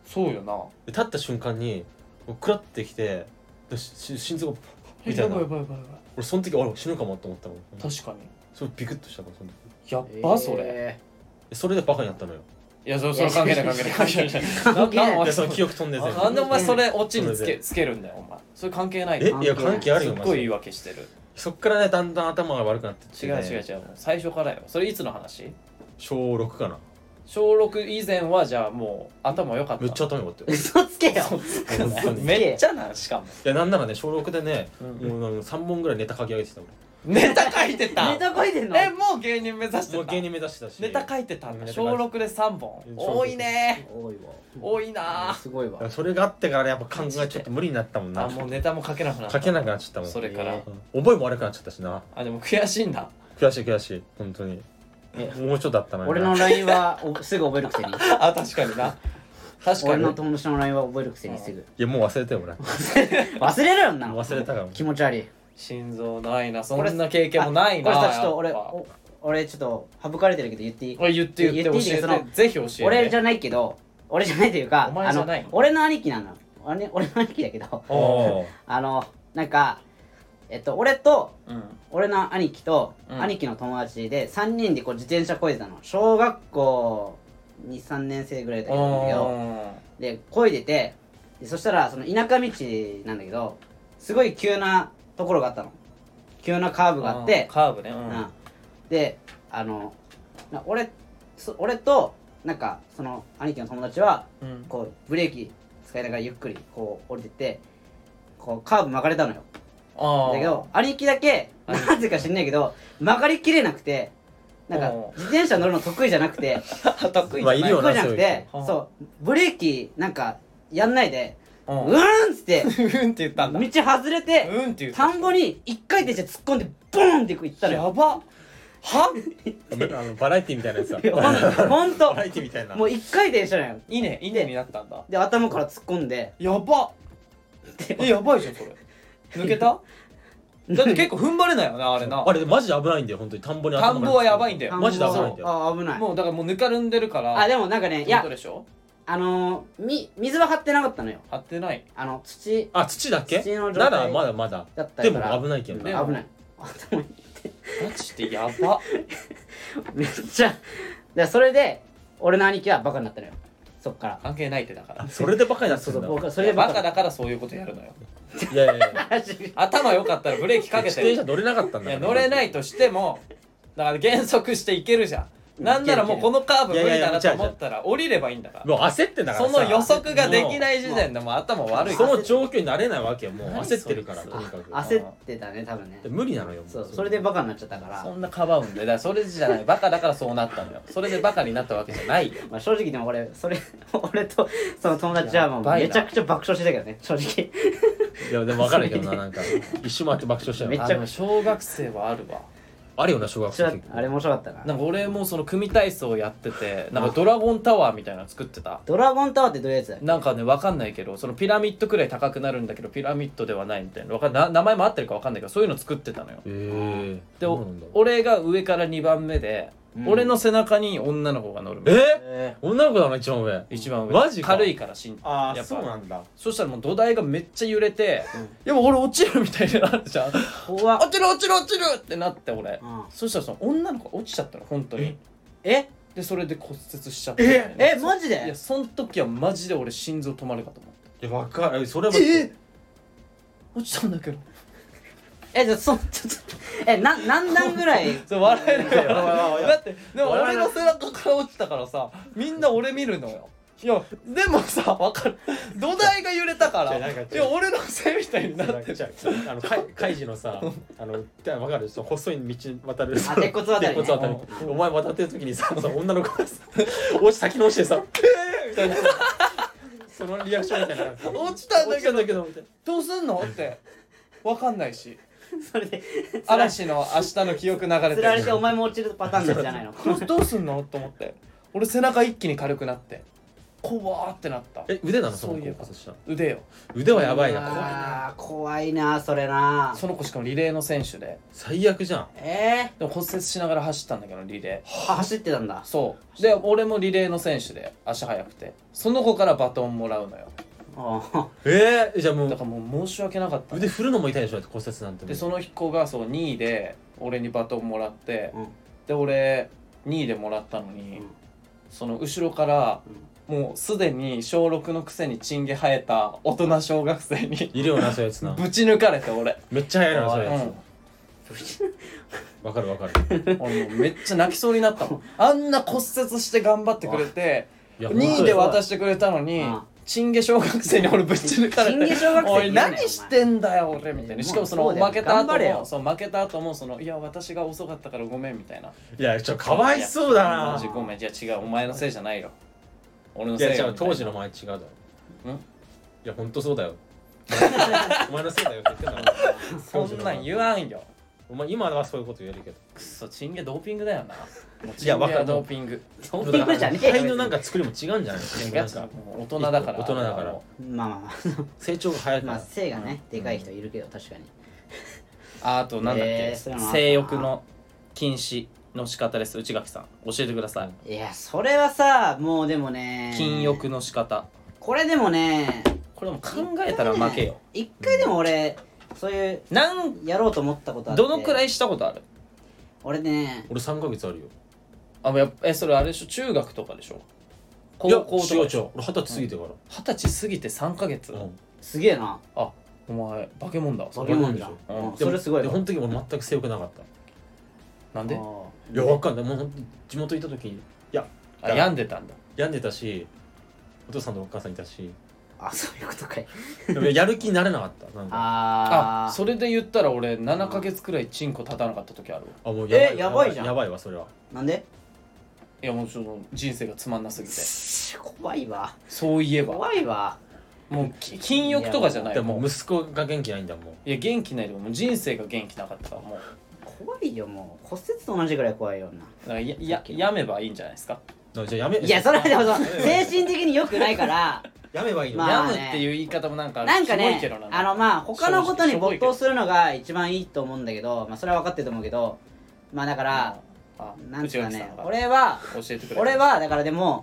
そうよな。 で立った瞬間にもうクラってきて心臓がみたいな。 やばい。 俺その時俺死ぬかもと思ったの。 確かにそれビクッとしたからその時。 やっばそれ。 それでバカになったのよ。 いやそれ関係ない関係ないいやその記憶飛んで全部。 なんでお前それオチにつけるんだよお前。それ関係ないいや関係あるよ。 すっごい言い訳してる。 そっからねだんだん頭が悪くなってって、ね、 違う最初からよ。それいつの話？ 小6かな。 小6以前はじゃあもう頭良かった。 めっちゃ頭良かったよ。 嘘つけよめっちゃなしかも。 いやなんならね小6でね、もう3本ぐらいネタ書き上げてたネタ書いてた。 ネタ書いてんの？ もう芸人目指してた。 もう芸人目指してたしネタ書いてたんだ。小6で3本。多いね。 多いわ。 多いな。 すごいわ。 それがあってからやっぱ考えちょっと無理になったもんな。 もうネタも書けなくなった。 書けなくなっちゃったもん。 それから覚えも悪くなっちゃったしな。 でも悔しいんだ。 悔しい本当に。もうちょっとだったな。 俺の LINE はすぐ覚えるくせに。 確かにな。確かに。 俺の友達の LINE は覚えるくせにすぐ。 いやもう忘れたよ俺。 忘れるよな。 忘れたから。 気持ち悪い。 心臓ないな。そんな経験もないな。 これさちょっと俺ちょっと省かれてるけど言っていい？ 言って教えて。ぜひ教えて。 俺じゃないけど、俺じゃないというか、 お前じゃないの？ 俺の兄貴なの。俺の兄貴だけど、なんか俺と、俺の兄貴と、兄貴の友達で3人でこう自転車こいでたの。小学校 2,3 年生ぐらいだったんだけど、でこいでて、そしたらその田舎道なんだけど、すごい急なところがあったの。急なカーブがあって、 カーブね。 で俺となんかその兄貴の友達は、こうブレーキ使いながらゆっくりこう降りてってこうカーブ曲がれたのよ。だけど兄貴だけなぜか知んないけど曲がりきれなくて、なんか自転車乗るの得意じゃなくて得意じゃなくて、そうブレーキなんかやんないでうーんっつってうんって言ったんだ。 道外れてうんって言った。 田んぼに一回転して突っ込んでボーンって行ったのよ。 やば。はバラエティみたいなやつだ。 ほんとバラエティみたいな。 もう一回転したのよ。 稲になったんだ。 で頭から突っ込んでやば。やばいじゃんそれ。抜けた？だって結構踏ん張れないよなあれな。 あれマジで危ないんだよ本当に。田んぼに田んぼはやばいんだよ。 マジで危ないんだよ。 危ない。 もうだからもうぬかるんでるから。 でもなんかね、いや水は張ってなかったのよ。 張ってない。 土だっけ？ 土の状態ならまだだったでも危ないけど危ない。頭にマジでやば。 めっちゃでそれで俺の兄貴はバカになったのよ。そっから関係ないってだから。 それでバカになってんだ。 僕それでバカだからそういうことやるのよ。 いや頭良かったらブレーキかけて。 自転車乗れなかったんだ。 いや乗れないとしてもだから減速していけるじゃん。なんならもうこのカーブ無理だなと思ったら降りればいいんだから。 もう焦ってんだからその予測ができない時点でもう頭悪い。 その状況になれないわけよ。もう焦ってるからとにかく。 焦ってたね多分ね。 無理なのよ。 そうそれでバカになっちゃったから。 そんなかばうんでだからそれじゃない。バカだからそうなったのよ。それでバカになったわけじゃないよ。 まあ正直でも俺とその友達はもうめちゃくちゃ爆笑してたけどね正直。 いやでも分かるけどななんか一周回って爆笑したよ。 めっちゃ小学生はあるわ。 あるよな小学生。 あれ面白かったな。 なんか俺もその組体操やっててなんかドラゴンタワーみたいなの作ってた。 ドラゴンタワーってどういうやつだよ。 なんかね分かんないけどそのピラミッドくらい高くなるんだけどピラミッドではないみたいな名前も合ってるか分かんないけどそういうの作ってたのよ。で俺が上から2番目で、俺の背中に女の子が乗る。 女の子なの一番上。 一番上。 マジか。 軽いからああそうなんだ。 そしたらもう土台がめっちゃ揺れて、いやもう俺落ちるみたいになるじゃん。落ちるってなって俺。そしたらその女の子落ちちゃったの本当に。でそれで骨折しちゃって。 マジで？ いやその時はマジで俺心臓止まるかと思った。 いや分かる。それは落ちたんだけど。 じゃあちょっと何段ぐらい笑えないよ。だってでも俺の背中から落ちたからさみんな俺見るのよ。いやでもさ分かる。土台が揺れたからいや俺のせいみたいになってる。 カイジのさ分かる。細い道渡る鉄骨渡りお前渡ってる時にさ女の子が先に落ちてさみたいなそのリアクションみたいな。 落ちたんだけどどうすんのって分かんないし。 それで嵐の明日の記憶流れて釣られてお前も落ちるパターンなんじゃないの。 どうすんのと思って俺背中一気に軽くなって怖ーってなった。 腕なの？ そういえば骨折した腕よ。 腕はやばいな。 怖いなそれな。 その子しかもリレーの選手で、 最悪じゃん。 でも骨折しながら走ったんだけどリレー。 走ってたんだ。 そうで俺もリレーの選手で足速くて、その子からバトンもらうのよ。 じゃあもうだからもう申し訳なかった、 腕振るのも痛いでしょ、骨折なんて。 でその子がそう2位で俺にバトンもらって、 うんで俺2位でもらったのに、 うんその後ろから、もうすでに小6のくせにチンゲ生えた大人小学生にいるよなそういうやつな。 ぶち抜かれて俺、 めっちゃ速いなそういうやうんつ。わかるわかる。 俺もうめっちゃ泣きそうになったもん。あんな骨折して頑張ってくれていや 2位で渡してくれたのに、チンゲ小学生に俺ぶち抜かれて、 チンゲ小学生おい何してんだよ俺みたいな。しかもそのもうそうだよ負けた後頑張れよも、そう負けた後もその、いや私が遅かったからごめんみたいな。 いやかわいそうだな。 マジごめん。いや違う、お前のせいじゃないよ、俺のせいよ。 いや違う、当時のお前違うだろ。 ん？ いやほんとそうだよ。お前のせいだよって言ってんだろ。 そんなん言わんよ。 お前今はそういうこと言えるけど。 くっそ、チンゲドーピングだよな。もういやわかるドーピング。 ドーピングじゃねえよ肺のなんか作りも違うんじゃないの？ ガチなんか大人だから。 大人だからまあまあま成長が早いあまあから。 背がねでかい人いるけど確かに。 あとなんだっけ、 そういうのあったな性欲の禁止の仕方です。内垣さん教えてください。 いやそれはさもうでもね禁欲の仕方。 これでもねこれも考えたら負けよ。 一回でも俺そういうやろうと思ったことあって。 どのくらいしたことある？ 俺ね俺3ヶ月あるよ。 それあれでしょ、中学とかでしょ、高いや校とかでしょ。 違う違う、俺20歳過ぎてから。 20歳過ぎて3ヶ月、 すげえな。 あ、お前化け物だわそれ。 化け物じゃんうんそれすごいわ。 で本当に俺全く性欲なかった。 なんで？ あいやわかんない、もうほんと地元行った時に病んでたんだ。 病んでたし、お父さんとお母さんいたし、 あそういうことかい。 でもやる気になれなかった。なんかあそれで言ったら俺7ヶ月くらいチンコ立たなかった時あるわ。 もうやばいじゃんやばいわそれは。 なんで？ いやもうちょっと人生がつまんなすぎて。 怖いわそういえば怖いわ。 もう禁欲とかじゃない。 でももう息子が元気ないんだもん。 いや元気ないでもう人生が元気なかったからもう怖いよもう骨折と同じぐらい怖いよな。 だからやめばいいんじゃないですか。 じゃあやめ。 いやそれはでも精神的に良くないからやめばいいの。 まあやむっていう言い方もなんかなんかキモいねけどな。 まあ他のことに没頭するのが一番いいと思うんだけど、まあそれは分かってると思うけど、まあだからなんつうかね、俺は教えてくれ。 俺はだからでも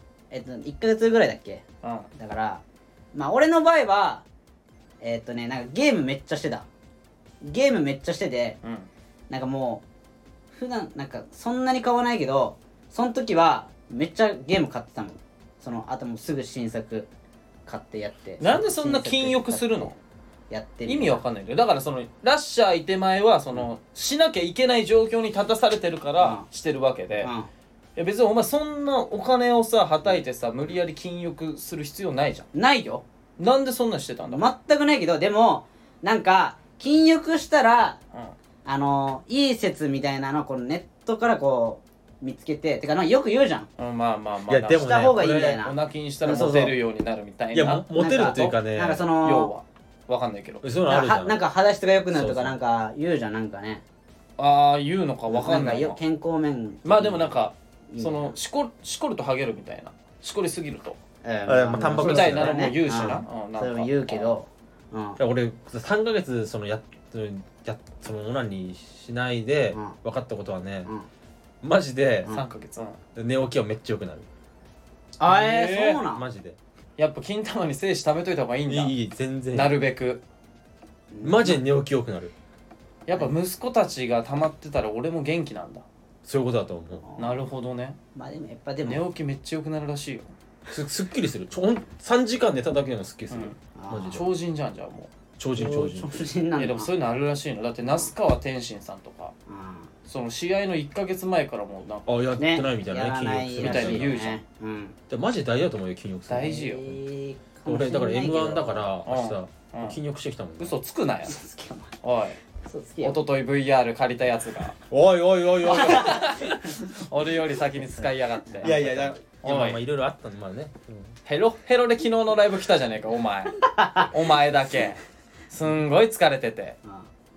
1ヶ月ぐらいだっけ。 うんだからまあ俺の場合はなんかゲームめっちゃしてた。ゲームめっちゃしてて、 うんなんかもう普段なんかそんなに買わないけど、その時はめっちゃゲーム買ってたもん。そのあともうすぐ新作買ってやって。 なんでそんな禁欲するの？ やってる意味わかんないんだよ。だからそのラッシャーいて前はそのしなきゃいけない状況に立たされてるからしてるわけで、いや別にお前そんなお金をさはたいてさ無理やり禁欲する必要ないじゃん。 ないよ。 なんでそんなんしてたんだ？ 全くないけど、でもなんか禁欲したらういい説みたいなのをこのネットからこう見つけて、てかなんかよく言うじゃん。 ん、まあまあまあ。 いやでもねした方がいいみたいな。 お泣きにしたらモテるようになるみたいな。 いやモテるっていうかね、 なんかそ要のはわかんないけど。 そういうのあるじゃん。 なんか肌質が良くなるとそうそうかなんか言うじゃん、なんかね。 ああ言うのかわかんないな。 んか健康面。 まあでもなんかいいねそのしこるとハゲるみたいな。しこりすぎるとまあタンパク質みたいなのも言うしな。 それも言うけど、 俺3ヶ月そのそのオナニーしないで分かったことはね、マジで 3ヶ月。 寝起きはめっちゃ良くなる。 そうなん。 マジでやっぱ金玉に精子食べといた方がいいんだ。 いい全然なるべく。 マジで寝起き良くなる。 やっぱ息子たちが溜まってたら俺も元気なんだ。 そういうことだと思う。 なるほどね。 まあでもやっぱでも寝起きめっちゃ良くなるらしいよ。 すっきりする。3時間寝ただけでもすっきりする。マジで超人じゃん。じゃあも超人超人なんだ。 う。いやでもそういうのあるらしいの。だって那須川天心さんとかその試合の1ヶ月前からもうなんかやってないみたいなね、 筋みたいに言うじゃん。 でマジで大事だと思うよ、筋力する。 大事よ。 俺だから M1 だから明うん日筋力してきたもんね。 嘘つくなよ。 嘘つけおい。 嘘つけよ。 一昨日 VR 借りたやつがおいおいおいおい俺より先に使いやがって。 いやいやまあまあいろいろあったんでまあね。 ヘロヘロで昨日のライブ来たじゃねえかお前お前だけすんごい疲れてて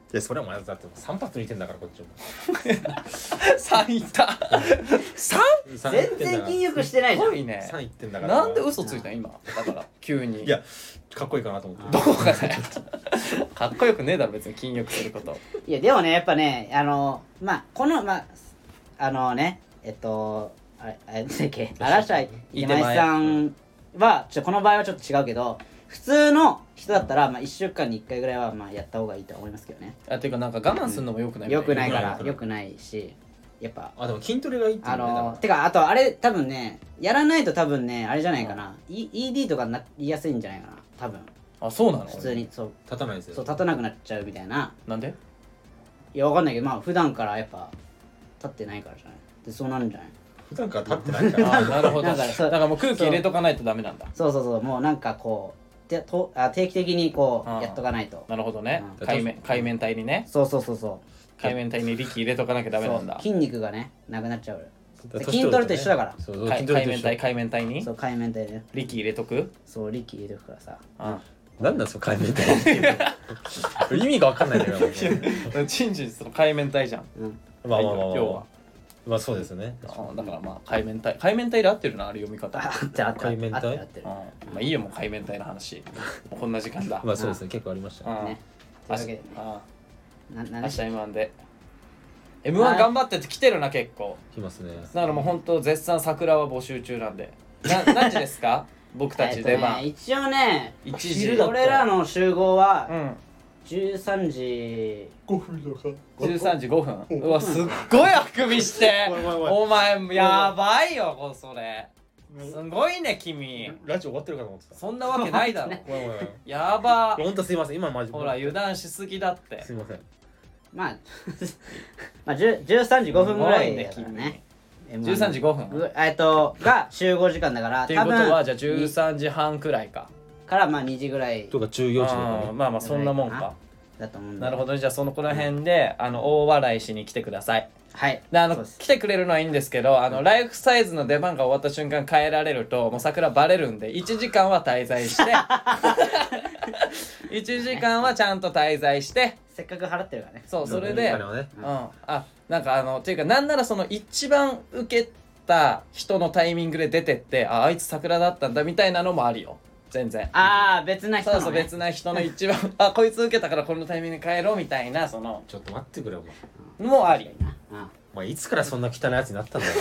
でそれはお前だって3発抜いてんだからこっちも 3いった全然筋肉してないじゃん。 すごいね。 3いってんだからなんで嘘ついたの今だから急に。 いやかっこいいかなと思ってどこがだよかっこよくねえだろ別に筋力すること。 いやでもねやっぱねまあこのまあねあれなんだっけ荒井池前さんはこの場合はちょっと違うけど普通の人だったらまあ1週間に1回ぐらいはまあやった方がいいと思いますけどね。 あていうかなんか我慢するのもよくないみたよくないからよくないよくないしやっぱでも筋トレがいいっていうねだからてかあとあれ多分ねやらないと多分ねあれじゃないかな、ED とかになりやすいんじゃないかな多分あそうなの。 普通にそう立たないですよ立たなくなっちゃうみたいな。 なんで。 いやわかんないけどまあ普段からやっぱ立ってないからじゃないでそうなるんじゃない。 普段から立ってないからあなるほど。 なんかそうだからもう空気入れとかないとダメなんだ。 そうもうなんかこう定期的にこうやっとかないと。 なるほどね。 うん海面体にね。 そう海面体に力入れとかなきゃダメなんだ。 筋肉がねなくなっちゃう年筋トレと一緒だから。 そう海筋トレと一緒面体にそう海面体ね力入れとく。 そう力入れてくからさ。 なんなんその海面体意味が分かんないんだけどチンチンその海面体じゃん。 まあ要は。 まあそうですねだからまあ海面体で合ってるなあれ読み方。 あってる海面体合ってるまあいいよもう海面体の話。もうこんな時間だ。 まあそうですね結構ありましたねねというわけでね明日何 M1 で M1 頑張ってて来てるな結構。 来ますねだからもう本当絶賛桜は募集中なんで。何時ですか僕たち出番。 一応ね 1時。 俺らの集合はうん 13時 5分とか 13時5分。うわすっごいあくびしてお前やばいよそれ。すごいね君。 ラジオ終わってるかと思ってたそんなわけないだろ。 ごめんやば。 ほんとすいません今マジほら油断しすぎだって。 すいませんまあ13時5分ぐらいだからね。 13時5分が集合時間だからっていうことはじゃあ13時半くらいか。 からまあ2時ぐらいとか14時とかねまあそんなもんか。 だと思うんで。 なるほどね。じゃあそのこの辺で大笑いしに来てください。 はいでそうです来てくれるのはいいんですけどライフサイズの出番が終わった瞬間帰られるともう桜バレるんで1時間は滞在して1時間はちゃんと滞在してせっかく払ってるからね。 そうそれでお金をねなんかっていうかなんならその一番受けた人のタイミングで出てってあいつ桜だったんだみたいなのもあるよ全然。 別な人のね。 そう別な人の一番こいつ受けたからこのタイミングで帰ろうみたいなそのちょっと待ってくれお前もあり。 お前いつからそんな汚いやつになったんだよ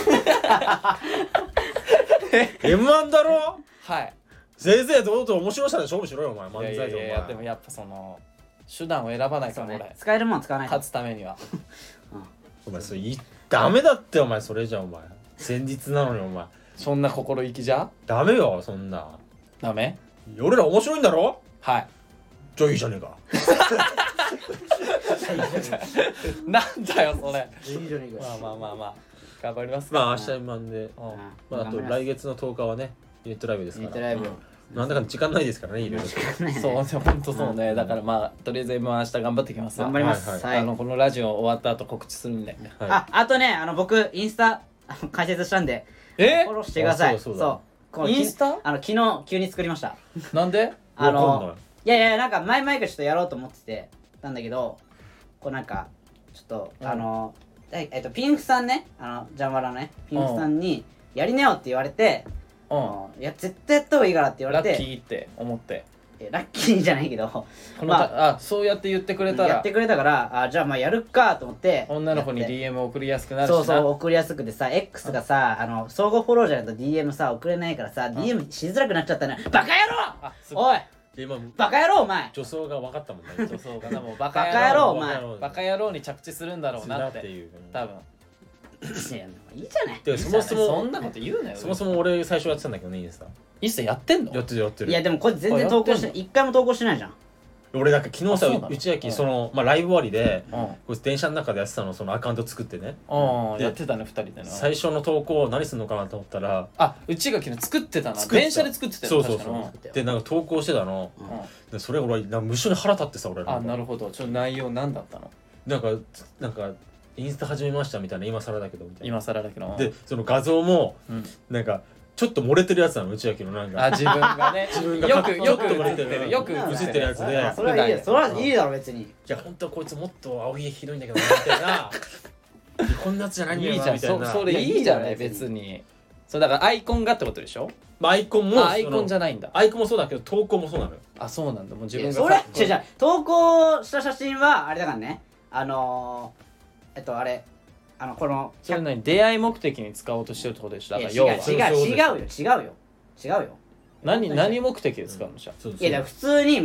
M1 だろはいせいぜい堂々と面白さで勝負しろよお前漫いやい才でお前やいやでもやっぱその手段を選ばないから俺使えるもん使わないと。 勝つためにはお前それダメだってお前それじゃお前先日なのにお前そんな心意気じゃダメよそんなダメ。 俺ら面白いんだろはいじゃあいいじゃねえかなんだよそれ。 いいじゃねえかよ。 まあ頑張りますまあ明日M1でうんまああと来月の10日はねユニットライブですからネットライブ。 なんだか時間ないですからねいろいろそうほんとそうね。だからまあとりあえず M1 明日頑張ってきますわ。 頑張ります。 はいはい。 このラジオ終わった後告知するんで。 はあとね僕インスタ解説したんでえフォローしてください。 あそうだこのインスタ昨日急に作りました。 なんで。 いわかんないいやなんか前々からちょっとやろうと思っててたんだけどこうなんかちょっとピンクさんねジャンワラのねピンクさんにやりなよって言われていや絶対やった方がいいからって言わラれてッキーって思ってラッキーじゃないけどこのまそうやって言ってくれたらやってくれたからじゃあまあやるかと思って女の子にやって DM 送りやすくなるしな。 そう送りやすくてさ X がさ相互フォローじゃないと DM さ送れないからさ DM しづらくなっちゃったねバカ野あすごい郎おいで今バカ野郎お前女装が分かったもんねそうかなもうババカ野郎おバ前カ野郎に着地するんだろうなっていう多分。 いやいいじゃないでそもそもそんなこと言うなよ。 そもそも俺最初やってたんだけどねインスタ一切やってんの。 やってるやってるいやでもこれ全然投稿して一回も投稿してないじゃん俺なんか昨日さあそうなの内明そのまあライブ終わりでうんこう電車の中でやってたのそのアカウント作ってねうんでやってたね2人でな。 最初の投稿何するのかなと思ったら内垣の作ってたな。 作ってた電車で作ってたよ。 そうそうそ確かうでなんか投稿してたのにでそれ俺なんか無性に腹立ってさ俺あなるほど。ちょっと内容何だったの。 なんかインスタ始めましたみたいな今更だけどみたいな今更だけど。 でその画像もうんなんかちょっと漏れてるやつなの内垣のなんかあ自分がね自分がよくちょっと漏れてるよく映ってるやつでそれはいいよそれはいいだろ別にいや本当はこいつもっと青ひげひどいんだけどなみたいなこんなやつじゃないんだいいじゃよなんみたいなそれいいじゃない別にそうだからアイコンがってことでしょ。 まあアイコンもアイコンじゃないんだ。 アイコンもそうだけど投稿もそうなのよあそうなんだもう自分がそれ違う投稿した写真はあれだからねあれこのそれ何出会い目的に使おうとしてるってことでしょ。だからいや要は違うよ何目的で使うのじゃそういやだから普通に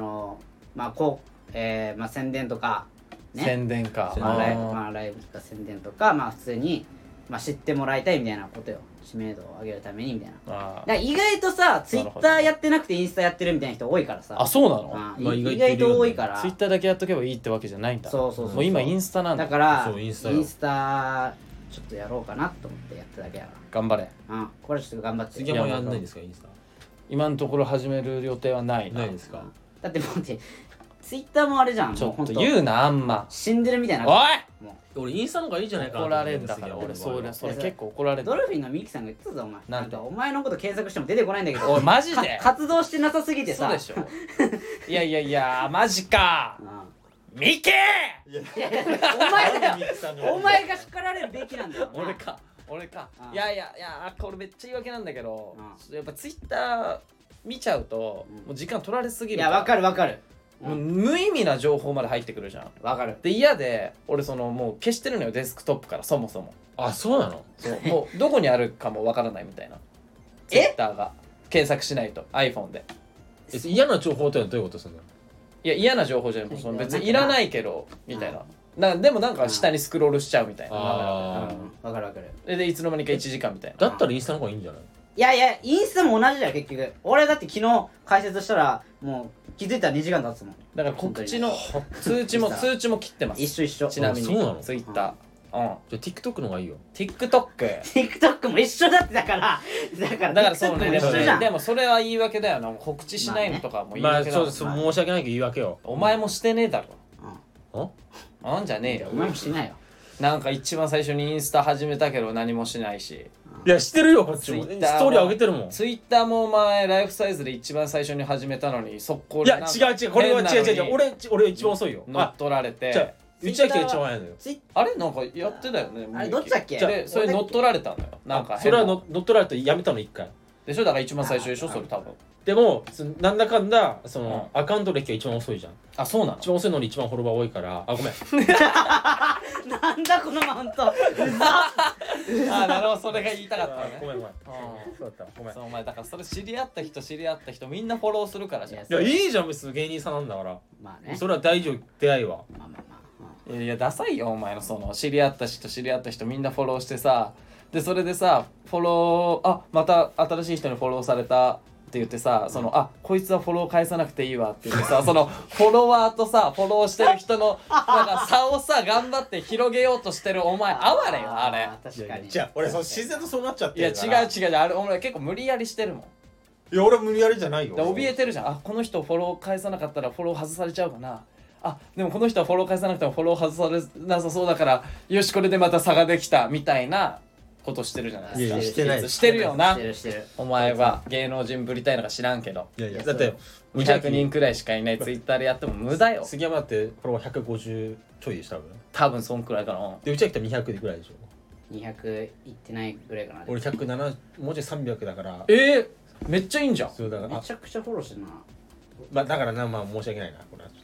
宣伝とかね宣伝かライブとか宣伝とか普通に知ってもらいたいみたいなことよ知名度を上げるためにみたいなだから意外とさツイッターやってなくてインスタやってるみたいな人多いからさあそうなの。 意まあ意外といるよね外と多いからツイッターだけやっとけばいいってわけじゃないんだ。 そうもう今インスタなんだ。 だからそうインスタちょっとやろうかなと思ってやっただけやか頑張れ。 らこれちょっと頑張って次はもうやんないんですかインスタ今のところ始める予定はないな。 ないですかだって待ってツイッターもあれじゃんちょっともうほん言うなあんま。 死んでるみたいなおいも俺インスタの方がいいじゃないかな怒られるんだから俺それ結構怒られる。 うドルフィンのミキさんが言ってたぞお前なんでかお前のこと検索しても出てこないんだけどおいマジで活動してなさすぎてさそうでしょ。いやマジかうんミキいやお前だよお前が叱られるべきなんだよ俺かうんいやこれめっちゃ言い訳なんだけどうやっぱツイッター見ちゃうともう時間取られすぎるからいやわかるもう無意味な情報まで入ってくるじゃん。 わかるで嫌で俺もう消してるのよデスクトップからそもそも。 あそうなのそうもうどこにあるかもわからないみたいな。ツイッターが検索しないと iPhone で。 嫌な情報ってのはどういうことするのいや嫌な情報じゃない別にいらないけどみたいな。でもなんか下にスクロールしちゃうみたいな。 あわかるでいつの間にか1時間みたいな。 だったらインスタの方がいいんじゃないいやインスタも同じだよ結局俺だって昨日解説したらもう気づいたら2時間経つもんだから告知の通知も切ってます。 一緒ちなみにそうなのツイッター。 じゃあ TikTok の方がいいよ TikTok。 TikTok も一緒だってだからそうね TikTok も一緒じゃんでもそれは言い訳だよな。告知しないのとかも言いまあ訳だもん。 そう申し訳ないけど言い訳よお前もしてねえだあろ。んじゃねえよお。前もしないよなんか一番最初にインスタ始めたけど何もしないし。 いやしてるよこっちもスト Twitter ーリー上げてるもんツイッターもお前ライフサイズで一番最初に始めたのに速攻でいや違うこれは違う俺一番遅いよ乗っ取られて。 じゃあ内垣が一番早いのよあれなんかやってたよね。 あれどっちだっけでそれ乗っ取られたんだよ。なんかそれは変な乗っ取られてやめたの一回でしょ。だから一番最初でしょそれ多分。 でもなんだかんだうアカウント歴が一番遅いじゃんあそうなの。 一番遅いのに一番フォロワー多いからあごめんなんだこのマウントあなるほどそれが言いたかったね。 ごめんうんそうだったごめんそうお前だからそれ知り合った人みんなフォローするからじゃん。 いやいいじゃん別に芸人さんなんだからまあねそれは大丈夫出会いはまあいやダサいよお前の知り合った人みんなフォローしてさでそれでさフォローまた新しい人にフォローされたって言ってさこいつはフォロー返さなくていいわって言ってさフォロワーとさフォローしてる人のなんか差をさ頑張って広げようとしてるお前哀れよあれ。 確かにじゃあ俺自然とそうなっちゃっていやるから違うあれお前結構無理やりしてるもん。 いや俺は無理やりじゃないよで怯えてるじゃん。この人フォロー返さなかったらフォロー外されちゃうかな。でもこの人はフォロー返さなくてもフォロー外されなさそうだからよしこれでまた差ができたみたいなことしてるじゃないですか。 いやしてないしてるよなしてるお前は芸能人ぶりたいのか知らんけどいやだって 200人くらいしかいないツイッターでやっても無駄よ。 杉山だってフォロワー150ちょいでした多分そんくらいかな。 でうちは来たら200ぐらいでしょ 200いってないぐらいかな俺107もうちょい300だからめっちゃいいんじゃん。 そうだからめちゃくちゃフォローしてるなまあだからな申し訳ないなこれは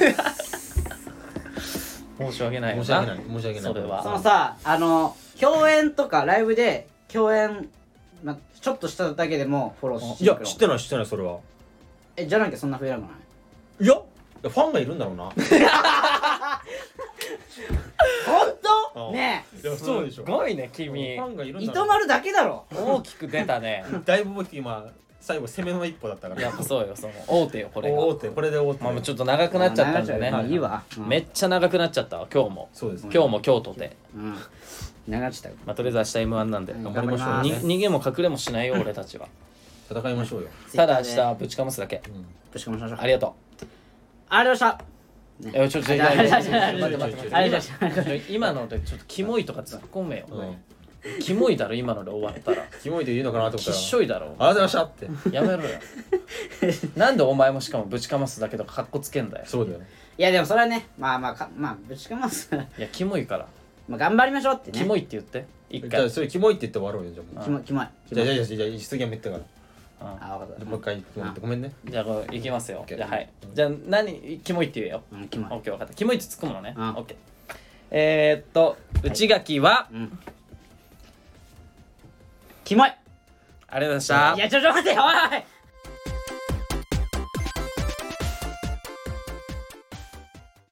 申し訳ないよな。 申し訳ないそれはそのさ共演とかライブで共演ちょっとしただけでもフォローしていや知ってないそれはじゃなきゃそんな増えなくないいやファンがいるんだろうな本当ねいやそうでしょすごいねフ君ァンがいるんだろう糸丸だけだろ大きく出たね。 だいぶ僕今最後攻めの一歩だったからやっぱそうよ大手よこれが。 大手これで大手まあちょっと長くなっちゃったんでね。 まあいいわめっちゃ長くなっちゃったわ今日も。 そうですね今日も京都で。 うん長っちゃったとりあえず明日 M1 なんで。 頑張りましょうに逃げも隠れもしないよ俺たちは。 戦いましょうよただ明日ぶちかますだけ。 ぶち込みましょうありがとありがとうございましたう。ちょっとありがとうございました待ってありがとうございました今のでちょっとキモいとか突っ込めよ。 うんキモいだろ今ので終わったらキモいと言うのかなと思ったらきっしょいだろありがとうございましたってやめろよなんでお前もしかもぶちかますだけどカッコつけんだよそうだよいやでもそれはねまあぶちかますいやキモいからまあ頑張りましょうってねキモいって言って一じゃあ回それキモいって言って終わろうよじゃあもうキモいじゃあ次はめったからあ分かったもう一回ごめんねじゃあこれいきますよオッケーじゃあはいじゃあ何キモいって言えよキモいオッケー分かったキモいって突っ込むのねうんオッケー内垣はキモいありがとうございましたいやちょ待てよおい